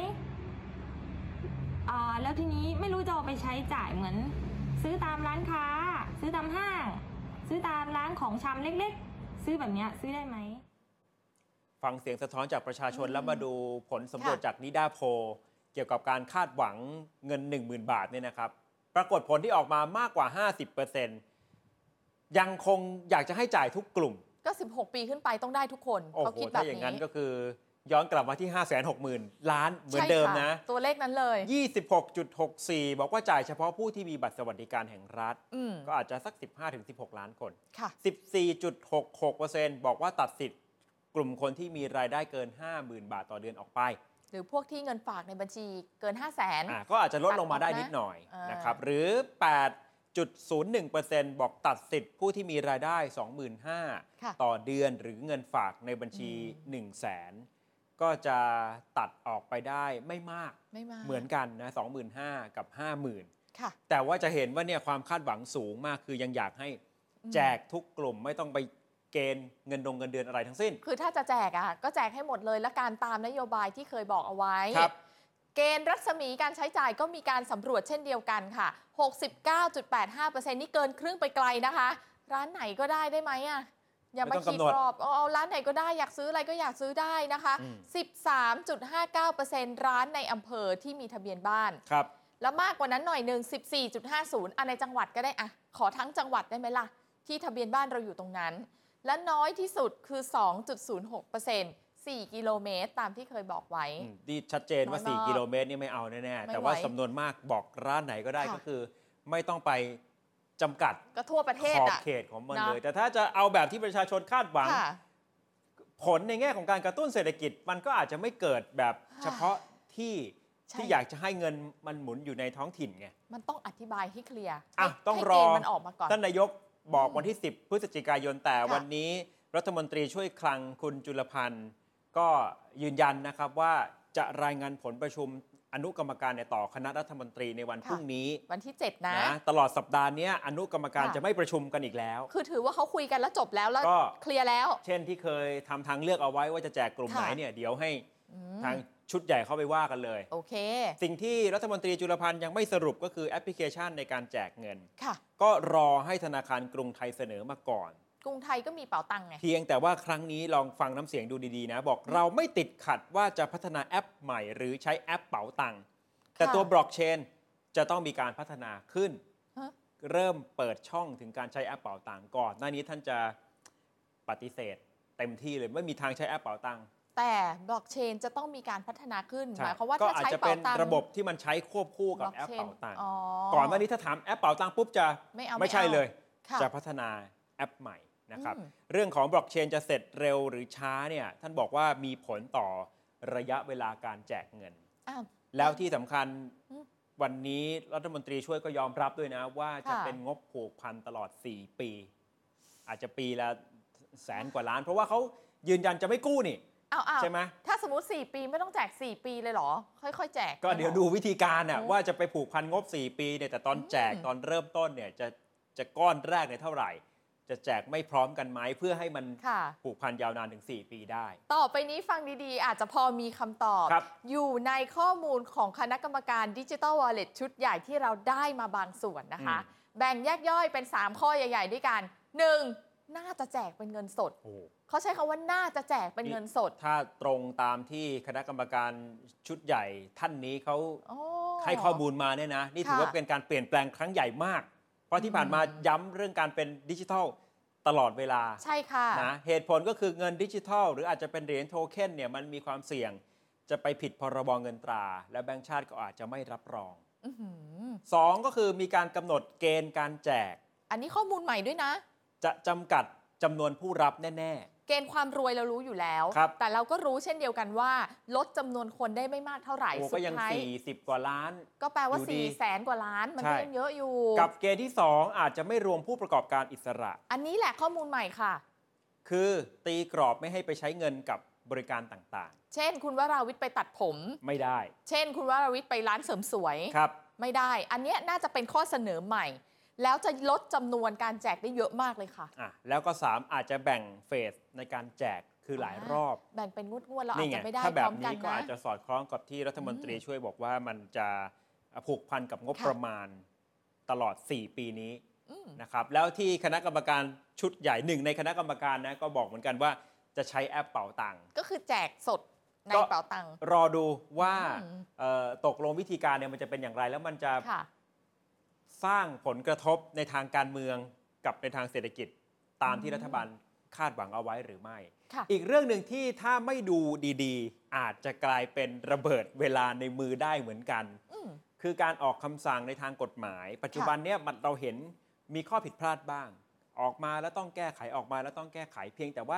Speaker 10: แล้วทีนี้ไม่รู้จะเอาไปใช้จ่ายเหมือนซื้อตามร้านค้า ซื้อตามห้าง ซื้อตามร้านของชำเล็กๆซื้อแบบเนี้ยซื้อได้ไหม
Speaker 2: ฟังเสียงสะท้อนจากประชาชนแล้วมาดูผลสำรวจจากนิด้าโพลเกี่ยวกับการคาดหวังเงิน 10,000 บาทเนี่ยนะครับ ปรากฏผลที่ออกมามากกว่า 50% ยังคงอยากจะให้จ่ายทุกกลุ่ม
Speaker 3: ก็ 16 ปีขึ้นไปต้องได้ทุกคน
Speaker 2: โอ้
Speaker 3: เขา
Speaker 2: โห
Speaker 3: คิดแบบ
Speaker 2: ถ้าอย่าง
Speaker 3: นี้
Speaker 2: นั้นก็คือย้อนกลับมาที่ 560,000 ล้านเหมือนเดิมนะ
Speaker 3: ใช่ค่ตัวเลขนั้นเลย
Speaker 2: 26.64 บอกว่าจ่ายเฉพาะผู้ที่มีบัตรสวัสดิการแห่งรัฐ ก็อาจจะสัก 15-16 ล้านคน
Speaker 3: ค่ะ
Speaker 2: 14.66% บอกว่าตัดสิทธิ์กลุ่มคนที่มีรายได้เกิน 50,000 บาทต่อเดือนออกไป
Speaker 3: หรือพวกที่เงินฝากในบัญชีเกิน 500,000
Speaker 2: ก็อาจจะลดลงมาได้นิดหน่อยนะครับหรือ 8.01% บอกตัดสิทธิ์ผู้ที่มีรายได้ 25,000 ต่อเดือนหรือเงินฝากในบัญชี 100,000 ก็จะตัดออกไปได้ไม่มากเหมือนกันนะ 25,000 กับ 50,000 แต่ว่าจะเห็นว่าเนี่ยความคาดหวังสูงมากคือยังอยากให้แจกทุกกลุ่มไม่ต้องไปเกณฑ์เงินเดือนอะไรทั้งสิ้น
Speaker 3: คือถ้าจะแจกก็แจกให้หมดเลยและการตามนโยบายที่เคยบอกเอาไว้เกณฑ์รัศมีการใช้จ่ายก็มีการสำรวจเช่นเดียวกันค่ะ 69.85% นี่เกินครึ่งไปไกลนะคะร้านไหนก็ได้ไหมอย่ามาขีดกรอบเอาร้านไหนก็ได้อยากซื้ออะไรก็อยากซื้อได้นะคะ 13.59% ร้านในอำเภอที่มีทะเบียนบ้านแล้วมากกว่านั้นหน่อยหนึ่ง 14.50% ในจังหวัดก็ได้ขอทั้งจังหวัดได้ไหมล่ะที่ทะเบียนบ้านเราอยู่ตรงนั้นและน้อยที่สุดคือ 2.06% 4 กิโลเมตรตามที่เคยบอกไว้
Speaker 2: ดีชัดเจนว่า4 กิโลเมตรนี่ไม่เอาแน่ๆแต่ว่าจำนวนมากบอกร้านไหนก็ได้ก็คือไม่ต้องไปจำกัด
Speaker 3: ก็ทั่วประเทศ
Speaker 2: ขอบเขตของมันเลยแต่ถ้าจะเอาแบบที่ประชาชนคาดหวังผลในแง่ของการกระตุ้นเศรษฐกิจมันก็อาจจะไม่เกิดแบบเฉพาะที่อยากจะให้เงินมันหมุนอยู่ในท้องถิ่นไง
Speaker 3: มันต้องอธิบายให้เคลียร์
Speaker 2: ต้องรอท่านนายกบอกวันที่ 10 พฤศจิกายนแต่วันนี้รัฐมนตรีช่วยคลังคุณจุลพันธ์ก็ยืนยันนะครับว่าจะรายงานผลประชุมอนุกรรมการต่อคณะรัฐมนตรีในวันพรุ่งนี้
Speaker 3: วันที่ 7 นะ
Speaker 2: ตลอดสัปดาห์นี้อนุกรรมการจะไม่ประชุมกันอีกแล้ว
Speaker 3: คือถือว่าเขาคุยกันแล้วจบแล้วเคลียร์แล้ว
Speaker 2: เช่นที่เคยทำทางเลือกเอาไว้ว่าจะแจกกลุ่มไหนเนี่ยเดี๋ยวให้ทางชุดใหญ่เข้าไปว่ากันเลย
Speaker 3: โอเค
Speaker 2: สิ่งที่รัฐมนตรีจุลพันธ์ยังไม่สรุปก็คือแอปพลิเคชันในการแจกเงิน
Speaker 3: ค่ะ
Speaker 2: ก็รอให้ธนาคารกรุงไทยเสนอมาก่อน
Speaker 3: กรุงไทยก็มีเป๋าตังค์ไง
Speaker 2: เพียงแต่ว่าครั้งนี้ลองฟังน้ำเสียงดูดีๆนะบอกเราไม่ติดขัดว่าจะพัฒนาแอปใหม่หรือใช้แอปเป๋าตังค์แต่ตัวบล็อกเชนจะต้องมีการพัฒนาขึ้นเริ่มเปิดช่องถึงการใช้แอปเป๋าตังค์ก่อนหน้านี้ท่านจะปฏิเสธเต็มที่เลยไม่มีทางใช้แอปเป๋าตังค์
Speaker 3: แต่บล็อกเชนจะต้องมีการพัฒนาขึ้นหมายความว่าถ้าใช้เป๋าตังค์
Speaker 2: ระบบที่มันใช้ควบคู่กับแอปเป๋าตังค์ก่อนหน้านี้ถ้าถามแอปเป๋าตังค์ปุ๊บจะไม่ใช่เลยจะพัฒนาแอปใหม่นะครับเรื่องของบล็อกเชนจะเสร็จเร็วหรือช้าเนี่ยท่านบอกว่ามีผลต่อระยะเวลาการแจกเงินแล้วที่สำคัญวันนี้รัฐมนตรีช่วยก็ยอมรับด้วยนะว่าจะเป็นงบผูกพันตลอด4 ปีอาจจะปีละ100,000 กว่าล้านเพราะว่าเขายืนยันจะไม่กู้นี่ใช่ไหม
Speaker 3: ถ้าสมมติ4 ปีไม่ต้องแจก4 ปีเลยเหรอค่อยๆแจก
Speaker 2: ก็เดี๋ยวดูวิธีการว่าจะไปผูกพันงบ4 ปีเนี่ยแต่ตอนแจกตอนเริ่มต้นเนี่ยจะก้อนแรกเนี่ยเท่าไหร่จะแจกไม่พร้อมกันไหมเพื่อให้มันผูกพันยาวนานถึง4 ปีได้
Speaker 3: ต่อไปนี้ฟังดีๆอาจจะพอมีคำตอบอยู่ในข้อมูลของคณะกรรมการ Digital Wallet ชุดใหญ่ที่เราได้มาบางส่วนนะคะแบ่งแยกย่อยเป็น3ข้อใหญ่ๆด้วยกัน 1. น่าจะแจกเป็นเงินสดเขาใช้คำว่าน่าจะแจกเป็นเงินสด
Speaker 2: ถ้าตรงตามที่คณะกรรมการชุดใหญ่ท่านนี้เขาให้ข้อมูลมาเนี่ยนะนี่ถือว่าเป็นการเปลี่ยนแปลงครั้งใหญ่มากเพราะที่ผ่านมาย้ำเรื่องการเป็นดิจิทัลตลอดเวลา
Speaker 3: ใช่ค่ะ
Speaker 2: นะเหตุผลก็คือเงินดิจิทัลหรืออาจจะเป็นเหรียญโทเค็นเนี่ยมันมีความเสี่ยงจะไปผิดพรบเงินตราและแบงก์ชาติก็อาจจะไม่รับรอง2ก็คือมีการกำหนดเกณฑ์การแจก
Speaker 3: อันนี้ข้อมูลใหม่ด้วยนะ
Speaker 2: จะจำกัดจำนวนผู้รับแน่
Speaker 3: ๆเกณฑ์ความรวยเรารู้อยู่แล้วแต่เราก็รู้เช่นเดียวกันว่าลดจำนวนคนได้ไม่มากเท่าไหร่
Speaker 2: สุดท้าย40 กว่าล้าน
Speaker 3: ก็แปลว่า400,000 กว่าล้านมันก็ยังเยอะอยู่
Speaker 2: กับเกณฑ์ที่2อาจจะไม่รวมผู้ประกอบการอิสระ
Speaker 3: อันนี้แหละข้อมูลใหม่ค่ะ
Speaker 2: คือตีกรอบไม่ให้ไปใช้เงินกับบริการต่าง
Speaker 3: ๆเช่นคุณวราวิทย์ไปตัดผม
Speaker 2: ไม่ได้
Speaker 3: เช่นคุณวราวิทย์ไปร้านเสริมสวย
Speaker 2: ครับ
Speaker 3: ไม่ได้อันนี้น่าจะเป็นข้อเสนอใหม่แล้วจะลดจำนวนการแจกได้เยอะมากเลยค่ะ
Speaker 2: แล้วก็3อาจจะแบ่งเฟสในการแจกคือหลายรอบ
Speaker 3: แบ่งเป็นงวดๆเราอาจจะไม่ได้
Speaker 2: พร้อมกันนะถ้าแบบนี้ก็อาจจะสอดคล้องกับที่รัฐมนตรีช่วยบอกว่ามันจะผูกพันกับงบประมาณตลอด4 ปีนี้นะครับแล้วที่คณะกรรมการชุดใหญ่1ในคณะกรรมการนะก็บอกเหมือนกันว่าจะใช้แอปเป๋าตังค์
Speaker 3: ก็คือแจกสดในเป๋าตังค์
Speaker 2: รอดูว่าตกลงวิธีการเนี่ยมันจะเป็นอย่างไรแล้วมันจะสร้างผลกระทบในทางการเมืองกับในทางเศรษฐกิจตามที่รัฐบาลคาดหวังเอาไว้หรือไม่อีกเรื่องหนึ่งที่ถ้าไม่ดูดีๆอาจจะกลายเป็นระเบิดเวลาในมือได้เหมือนกันคือการออกคำสั่งในทางกฎหมายปัจจุบันเนี่ยเราเห็นมีข้อผิดพลาดบ้างออกมาแล้วต้องแก้ไขออกมาแล้วต้องแก้ไขเพียงแต่ว่า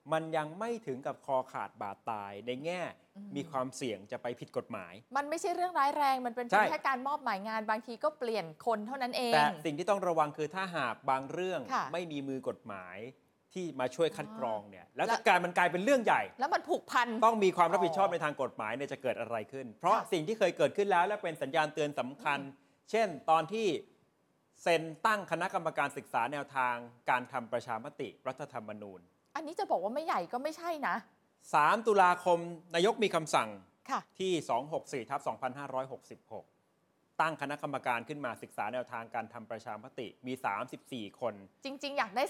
Speaker 2: มันยังไม่ถึงกับคอขาดบาดตายในแง่มีความเสี่ยงจะไปผิดกฎหมาย
Speaker 3: มันไม่ใช่เรื่องร้ายแรงมันเป็นแค่การมอบหมายงานบางทีก็เปลี่ยนคนเท่านั้นเอง
Speaker 2: แต่สิ่งที่ต้องระวังคือถ้าหากบางเรื่องไม่มีมือกฎหมายที่มาช่วยคัดกรองเนี่ยแล้วการมันกลายเป็นเรื่องใหญ่
Speaker 3: แล้วมันผูกพัน
Speaker 2: ต้องมีความรับผิดชอบในทางกฎหมายเนี่ยจะเกิดอะไรขึ้นเพราะสิ่งที่เคยเกิดขึ้นแล้วและเป็นสัญญาณเตือนสำคัญเช่นตอนที่เซ็นตั้งคณะกรรมการศึกษาแนวทางการทำประชามติรัฐธรรมนูญ
Speaker 3: อันนี้จะบอกว่าไม่ใหญ่ก็ไม่ใช่นะ
Speaker 2: 3 ตุลาคมนายกมีคำสั่งที่264/2566ตั้งคณะกรรมการขึ้นมาศึกษาแนวทางการทำประชามติมี34คน
Speaker 3: จริงๆอยากได้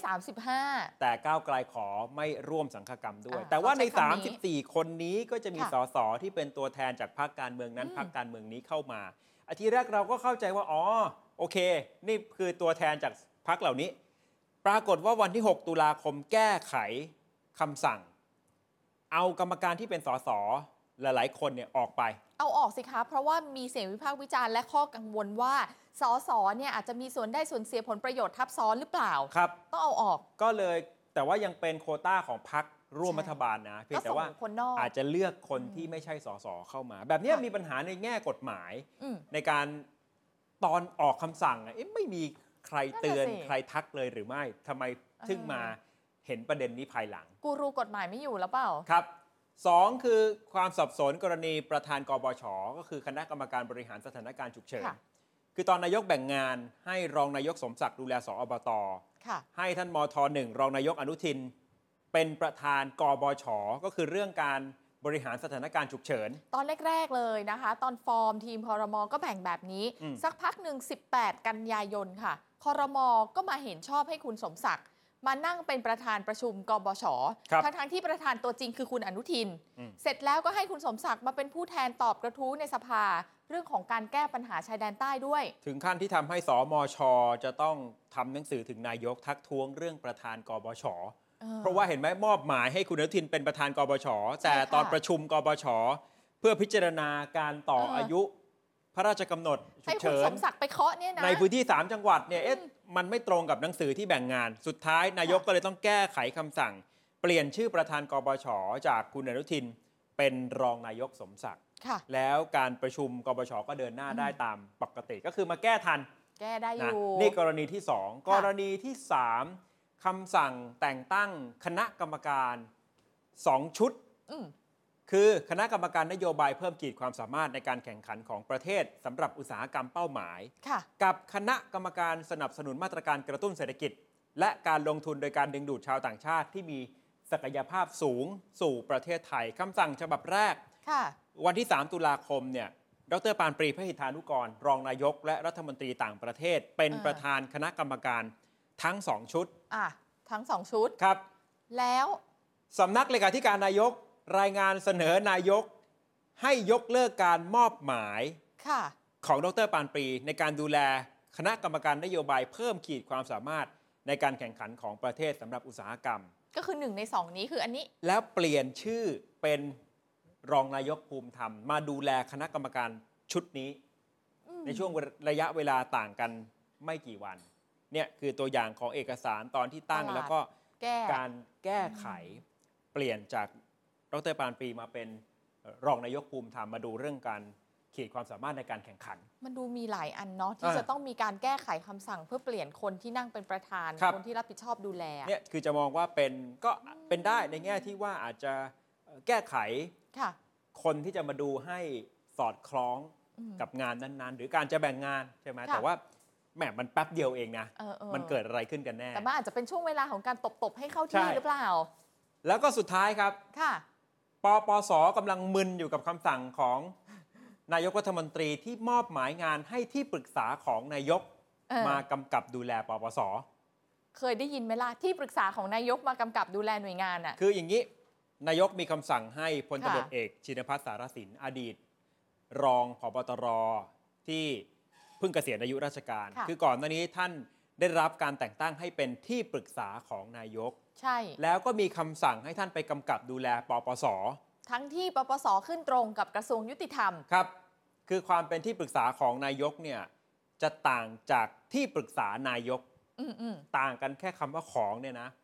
Speaker 3: 35
Speaker 2: แต่ก้าวไกลขอไม่ร่วมสังฆกรรมด้วยแต่ว่าใน34คนนี้ก็จะมีสสที่เป็นตัวแทนจากพรรคการเมืองนั้นพรรคการเมืองนี้เข้ามาทีแรกเราก็เข้าใจว่าอ๋อโอเคนี่คือตัวแทนจากพรรคเหล่านี้ปรากฏว่าวันที่6 ตุลาคมแก้ไขคำสั่งเอากรรมการที่เป็นสสหลายๆคนเนี่ยออกไป
Speaker 3: เอาออกสิคะเพราะว่ามีเสียงวิพากษ์วิจารณ์และข้อกังวลว่าสสเนี่ยอาจจะมีส่วนได้ส่วนเสียผลประโยชน์ทับซ้อนหรือเปล่า
Speaker 2: ครับ
Speaker 3: ต้องเอาออก
Speaker 2: ก็เลยแต่ว่ายังเป็นโควต้าของพรรคร่วมรัฐบาลนะเพียงแต่ว่าอาจจะเลือกคนที่ไม่ใช่สสเข้ามาแบบนี้มีปัญหาในแง่กฎหมายในการตอนออกคำสั่งไม่มีใครเตือนใครทักเลยหรือไม่ทำไมถึงมาเห็นประเด็นนี้ภายหลัง
Speaker 3: กูรูกฎหมายไม่อยู่แล้วเปล่า
Speaker 2: ครับ2คือความสับสนกรณีประธานกบช.ก็คือคณะกรรมการบริหารสถานการณ์ฉุกเฉินคือตอนนายกแบ่งงานให้รองนายกสมศักดิ์ดูแลสอบต.ให้ท่านมท. 1รองนายกอนุทินเป็นประธานกบช.ก็คือเรื่องการบริหารสถานการณ์ฉุกเฉิน
Speaker 3: ตอนแรกๆเลยนะคะตอนฟอร์มทีมครม.ก็แบ่งแบบนี้สักพักหนึ่ง18 กันยายนค่ะครม.ก็มาเห็นชอบให้คุณสมศักดิ์มานั่งเป็นประธานประชุมกบช.ทั้งที่ประธานตัวจริงคือคุณอนุทินเสร็จแล้วก็ให้คุณสมศักดิ์มาเป็นผู้แทนตอบกระทู้ในสภาเรื่องของการแก้ปัญหาชายแดนใต้ด้วย
Speaker 2: ถึงขั้นที่ทำให้สมช.จะต้องทำหนังสือถึงนายกทักท้วงเรื่องประธานกบช.เพราะว่าเห็นไหมมอบหมายให้คุณอนุทินเป็นประธานกบช.แต่ตอนประชุมกบช.เพื่อพิจารณาการต่ออายุพระราชกำหนดฉุกเฉิน
Speaker 3: ให้คุณสมศักดิ์ไปเคาะเนี่ยนะ
Speaker 2: ในพื้นที่3จังหวัดเนี่ยมันไม่ตรงกับหนังสือที่แบ่งงานสุดท้ายนายกก็เลยต้องแก้ไขคำสั่งเปลี่ยนชื่อประธานกบช.จากคุณอนุทินเป็นรองนายกสมศักดิ์แล้วการประชุมกบช.ก็เดินหน้าได้ตามปกติก็คือมาแก้ทัน
Speaker 3: แก้ได้อยู่
Speaker 2: นี่กรณีที่2กรณีที่3คำสั่งแต่งตั้งคณะกรรมการ2ชุดคือคณะกรรมการนโยบายเพิ่มขีดความสามารถในการแข่งขันของประเทศสำหรับอุตสาหกรรมเป้าหมายกับคณะกรรมการสนับสนุนมาตรการกระตุ้นเศรษฐกิจและการลงทุนโดยการดึงดูดชาวต่างชาติที่มีศักยภาพสูงสู่ประเทศไทยคำสั่งฉบับแรกวันที่3 ตุลาคมเนี่ยดร.ปานปรีพหิทธานุกรรองนายกและรัฐมนตรีต่างประเทศเป็นประธานคณะกรรมการทั้ง2ชุด
Speaker 3: ทั้ง2ชุด
Speaker 2: ครับ
Speaker 3: แล้ว
Speaker 2: สำนักเลขาธิการนายกรายงานเสนอนายกให้ยกเลิกการมอบหมายของดร.ปานปรีในการดูแลคณะกรรมการนโยบายเพิ่มขีดความสามารถในการแข่งขันของประเทศสำหรับอุตสาหกรรม
Speaker 3: ก็คือ1 ใน 2นี้คืออันนี้
Speaker 2: แล้วเปลี่ยนชื่อเป็นรองนายกภูมิธรรมมาดูแลคณะกรรมการชุดนี้ในช่วงระยะเวลาต่างกันไม่กี่วันเนี่ยคือตัวอย่างของเอกสารตอนที่ตั้งแล้วก็การแก้ไขเปลี่ยนจากดร.ปานปรีมาเป็นรองนายกภูมิธรรมมาดูเรื่องการขีดความสามารถในการแข่งขัน
Speaker 3: มันดูมีหลายอันเนาะที่จะต้องมีการแก้ไขคำสั่งเพื่อเปลี่ยนคนที่นั่งเป็นประธานคนที่รับผิดชอบดูแล
Speaker 2: เนี่ยคือจะมองว่าก็เป็นได้ในแง่ที่ว่าอาจจะแก้ไขคนที่จะมาดูให้สอดคล้องกับงานนั้นๆหรือการจะแบ่งงานใช่ไหมแต่ว่าแหมมันแป๊บเดียวเองนะมันเกิดอะไรขึ้นกันแน่
Speaker 3: แต่มันอาจจะเป็นช่วงเวลาของการตบให้เข้าที่หรือเปล่า
Speaker 2: แล้วก็สุดท้ายครับปปส.กำลังมึนอยู่กับคำสั่งของนายกรัฐมนตรีที่มอบหมายงานให้ที่ปรึกษาของนายกมากำกับดูแลปปส.
Speaker 3: เคยได้ยินไหมล่ะที่ปรึกษาของนายกมากำกับดูแลหน่วยงานอ่ะ
Speaker 2: คืออย่างนี้นายกมีคำสั่งให้พลตำรวจเอกชินภัทร สารสินอดีตรองผบ.ตร.ที่เพิ่งเกษียณอายุราชการคือก่อนหน้านี้ท่านได้รับการแต่งตั้งให้เป็นที่ปรึกษาของนายก
Speaker 3: ใช่
Speaker 2: แล้วก็มีคำสั่งให้ท่านไปกำกับดูแลปปส.
Speaker 3: ทั้งที่ปปส.ขึ้นตรงกับกระทรวงยุติธรรม
Speaker 2: ครับคือความเป็นที่ปรึกษาของนายกเนี่ยจะต่างจากที่ปรึกษานายกต่างกันแค่คำว่าของเนี่ยนะ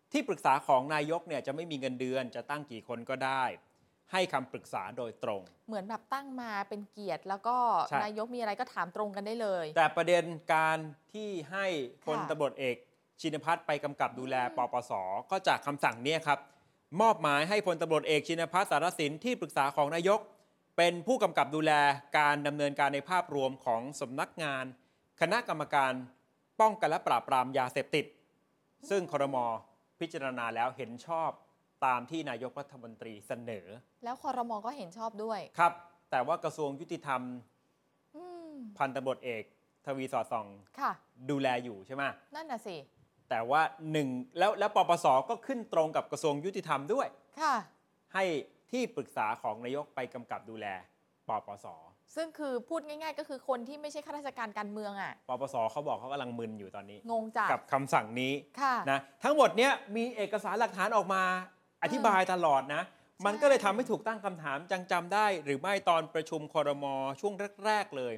Speaker 2: ที่ปรึกษาของนายกเนี่ยจะไม่มีเงินเดือนจะตั้งกี่คนก็ได้ให้คำปรึกษาโดยตรง
Speaker 3: เหมือนแบบตั้งมาเป็นเกียรติแล้วก็นายกมีอะไรก็ถามตรงกันได้เลย
Speaker 2: แต่ประเด็นการที่ให้พลตำรวจเอกชินภัทรไปกำกับดูแลปปส.ก็จากคำสั่งนี้ครับมอบหมายให้พลตำรวจเอกชินภัทรสารสินที่ปรึกษาของนายกเป็นผู้กำกับดูแลการดำเนินการในภาพรวมของสำนักงานคณะกรรมการป้องกันและปราบปรามยาเสพติดซึ่งครม.พิจารณาแล้วเห็นชอบตามที่นายกรัฐมนตรีเสนอ
Speaker 3: แล้วครม.ก็เห็นชอบด้วย
Speaker 2: ครับแต่ว่ากระทรวงยุติธรรมพันตำรวจเอกทวีสอดส่องดูแลอยู่ใช่ไหม
Speaker 3: นั่นน่ะสิ
Speaker 2: แต่ว่าแล้วปปส.ก็ขึ้นตรงกับกระทรวงยุติธรรมด้วยให้ที่ปรึกษาของนายกไปกำกับดูแลปปส.
Speaker 3: ซึ่งคือพูดง่ายๆก็คือคนที่ไม่ใช่ข้าราชการการเมืองอ่ะ
Speaker 2: ปปส.เขาบอกเขากำลังมึนอยู่ตอนนี้
Speaker 3: งงจัด
Speaker 2: กับคำสั่งนี้นะทั้งหมดเนี้ยมีเอกสารหลักฐานออกมาอธิบายตลอดนะมันก็เลยทำให้ถูกตั้งคำถามจำได้หรือไม่ตอนประชุมครม.ช่วงแรกๆเลย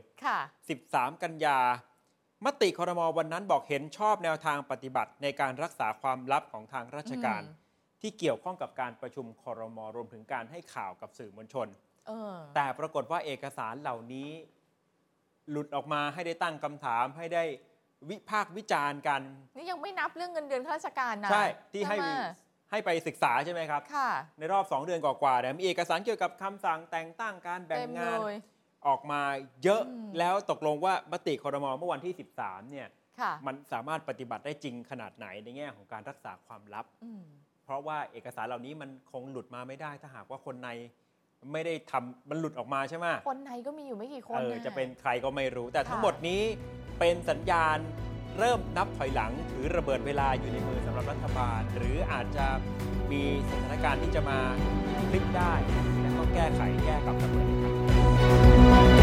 Speaker 2: 13 กันยามติครม.วันนั้นบอกเห็นชอบแนวทางปฏิบัติในการรักษาความลับของทางราชการที่เกี่ยวข้องกับการประชุมครม.รวมถึงการให้ข่าวกับสื่อมวลชนแต่ปรากฏว่าเอกสารเหล่านี้หลุดออกมาให้ได้ตั้งคำถามให้ได้วิพากษ์วิจารณ์กัน
Speaker 3: นี่ยังไม่นับเรื่องเงินเดือนข้าราชการนะ
Speaker 2: ใช่ที่ให้ไปศึกษาใช่ไหมครับในรอบ2 เดือนกว่าๆมีเอกสารเกี่ยวกับคำสั่งแต่งตั้งการแบ่งงานออกมาเยอะแล้วตกลงว่ามติครม.เมื่อวันที่13เนี่ยมันสามารถปฏิบัติได้จริงขนาดไหนในแง่ของการรักษาความลับเพราะว่าเอกสารเหล่านี้มันคงหลุดมาไม่ได้ถ้าหากว่าคนในไม่ได้ทำมันหลุดออกมาใช่ไหม
Speaker 3: คนในก็มีอยู่ไม่กี่คน
Speaker 2: จะเป็นใครก็ไม่รู้แต่ทั้งหมดนี้เป็นสัญญาณเริ่มนับถอยหลังถือระเบิดเวลาอยู่ในมือสำหรับรัฐบาลหรืออาจจะมีสถานการณ์ที่จะมาพลิกได้และก็แก้ไขแก้กับระเบิด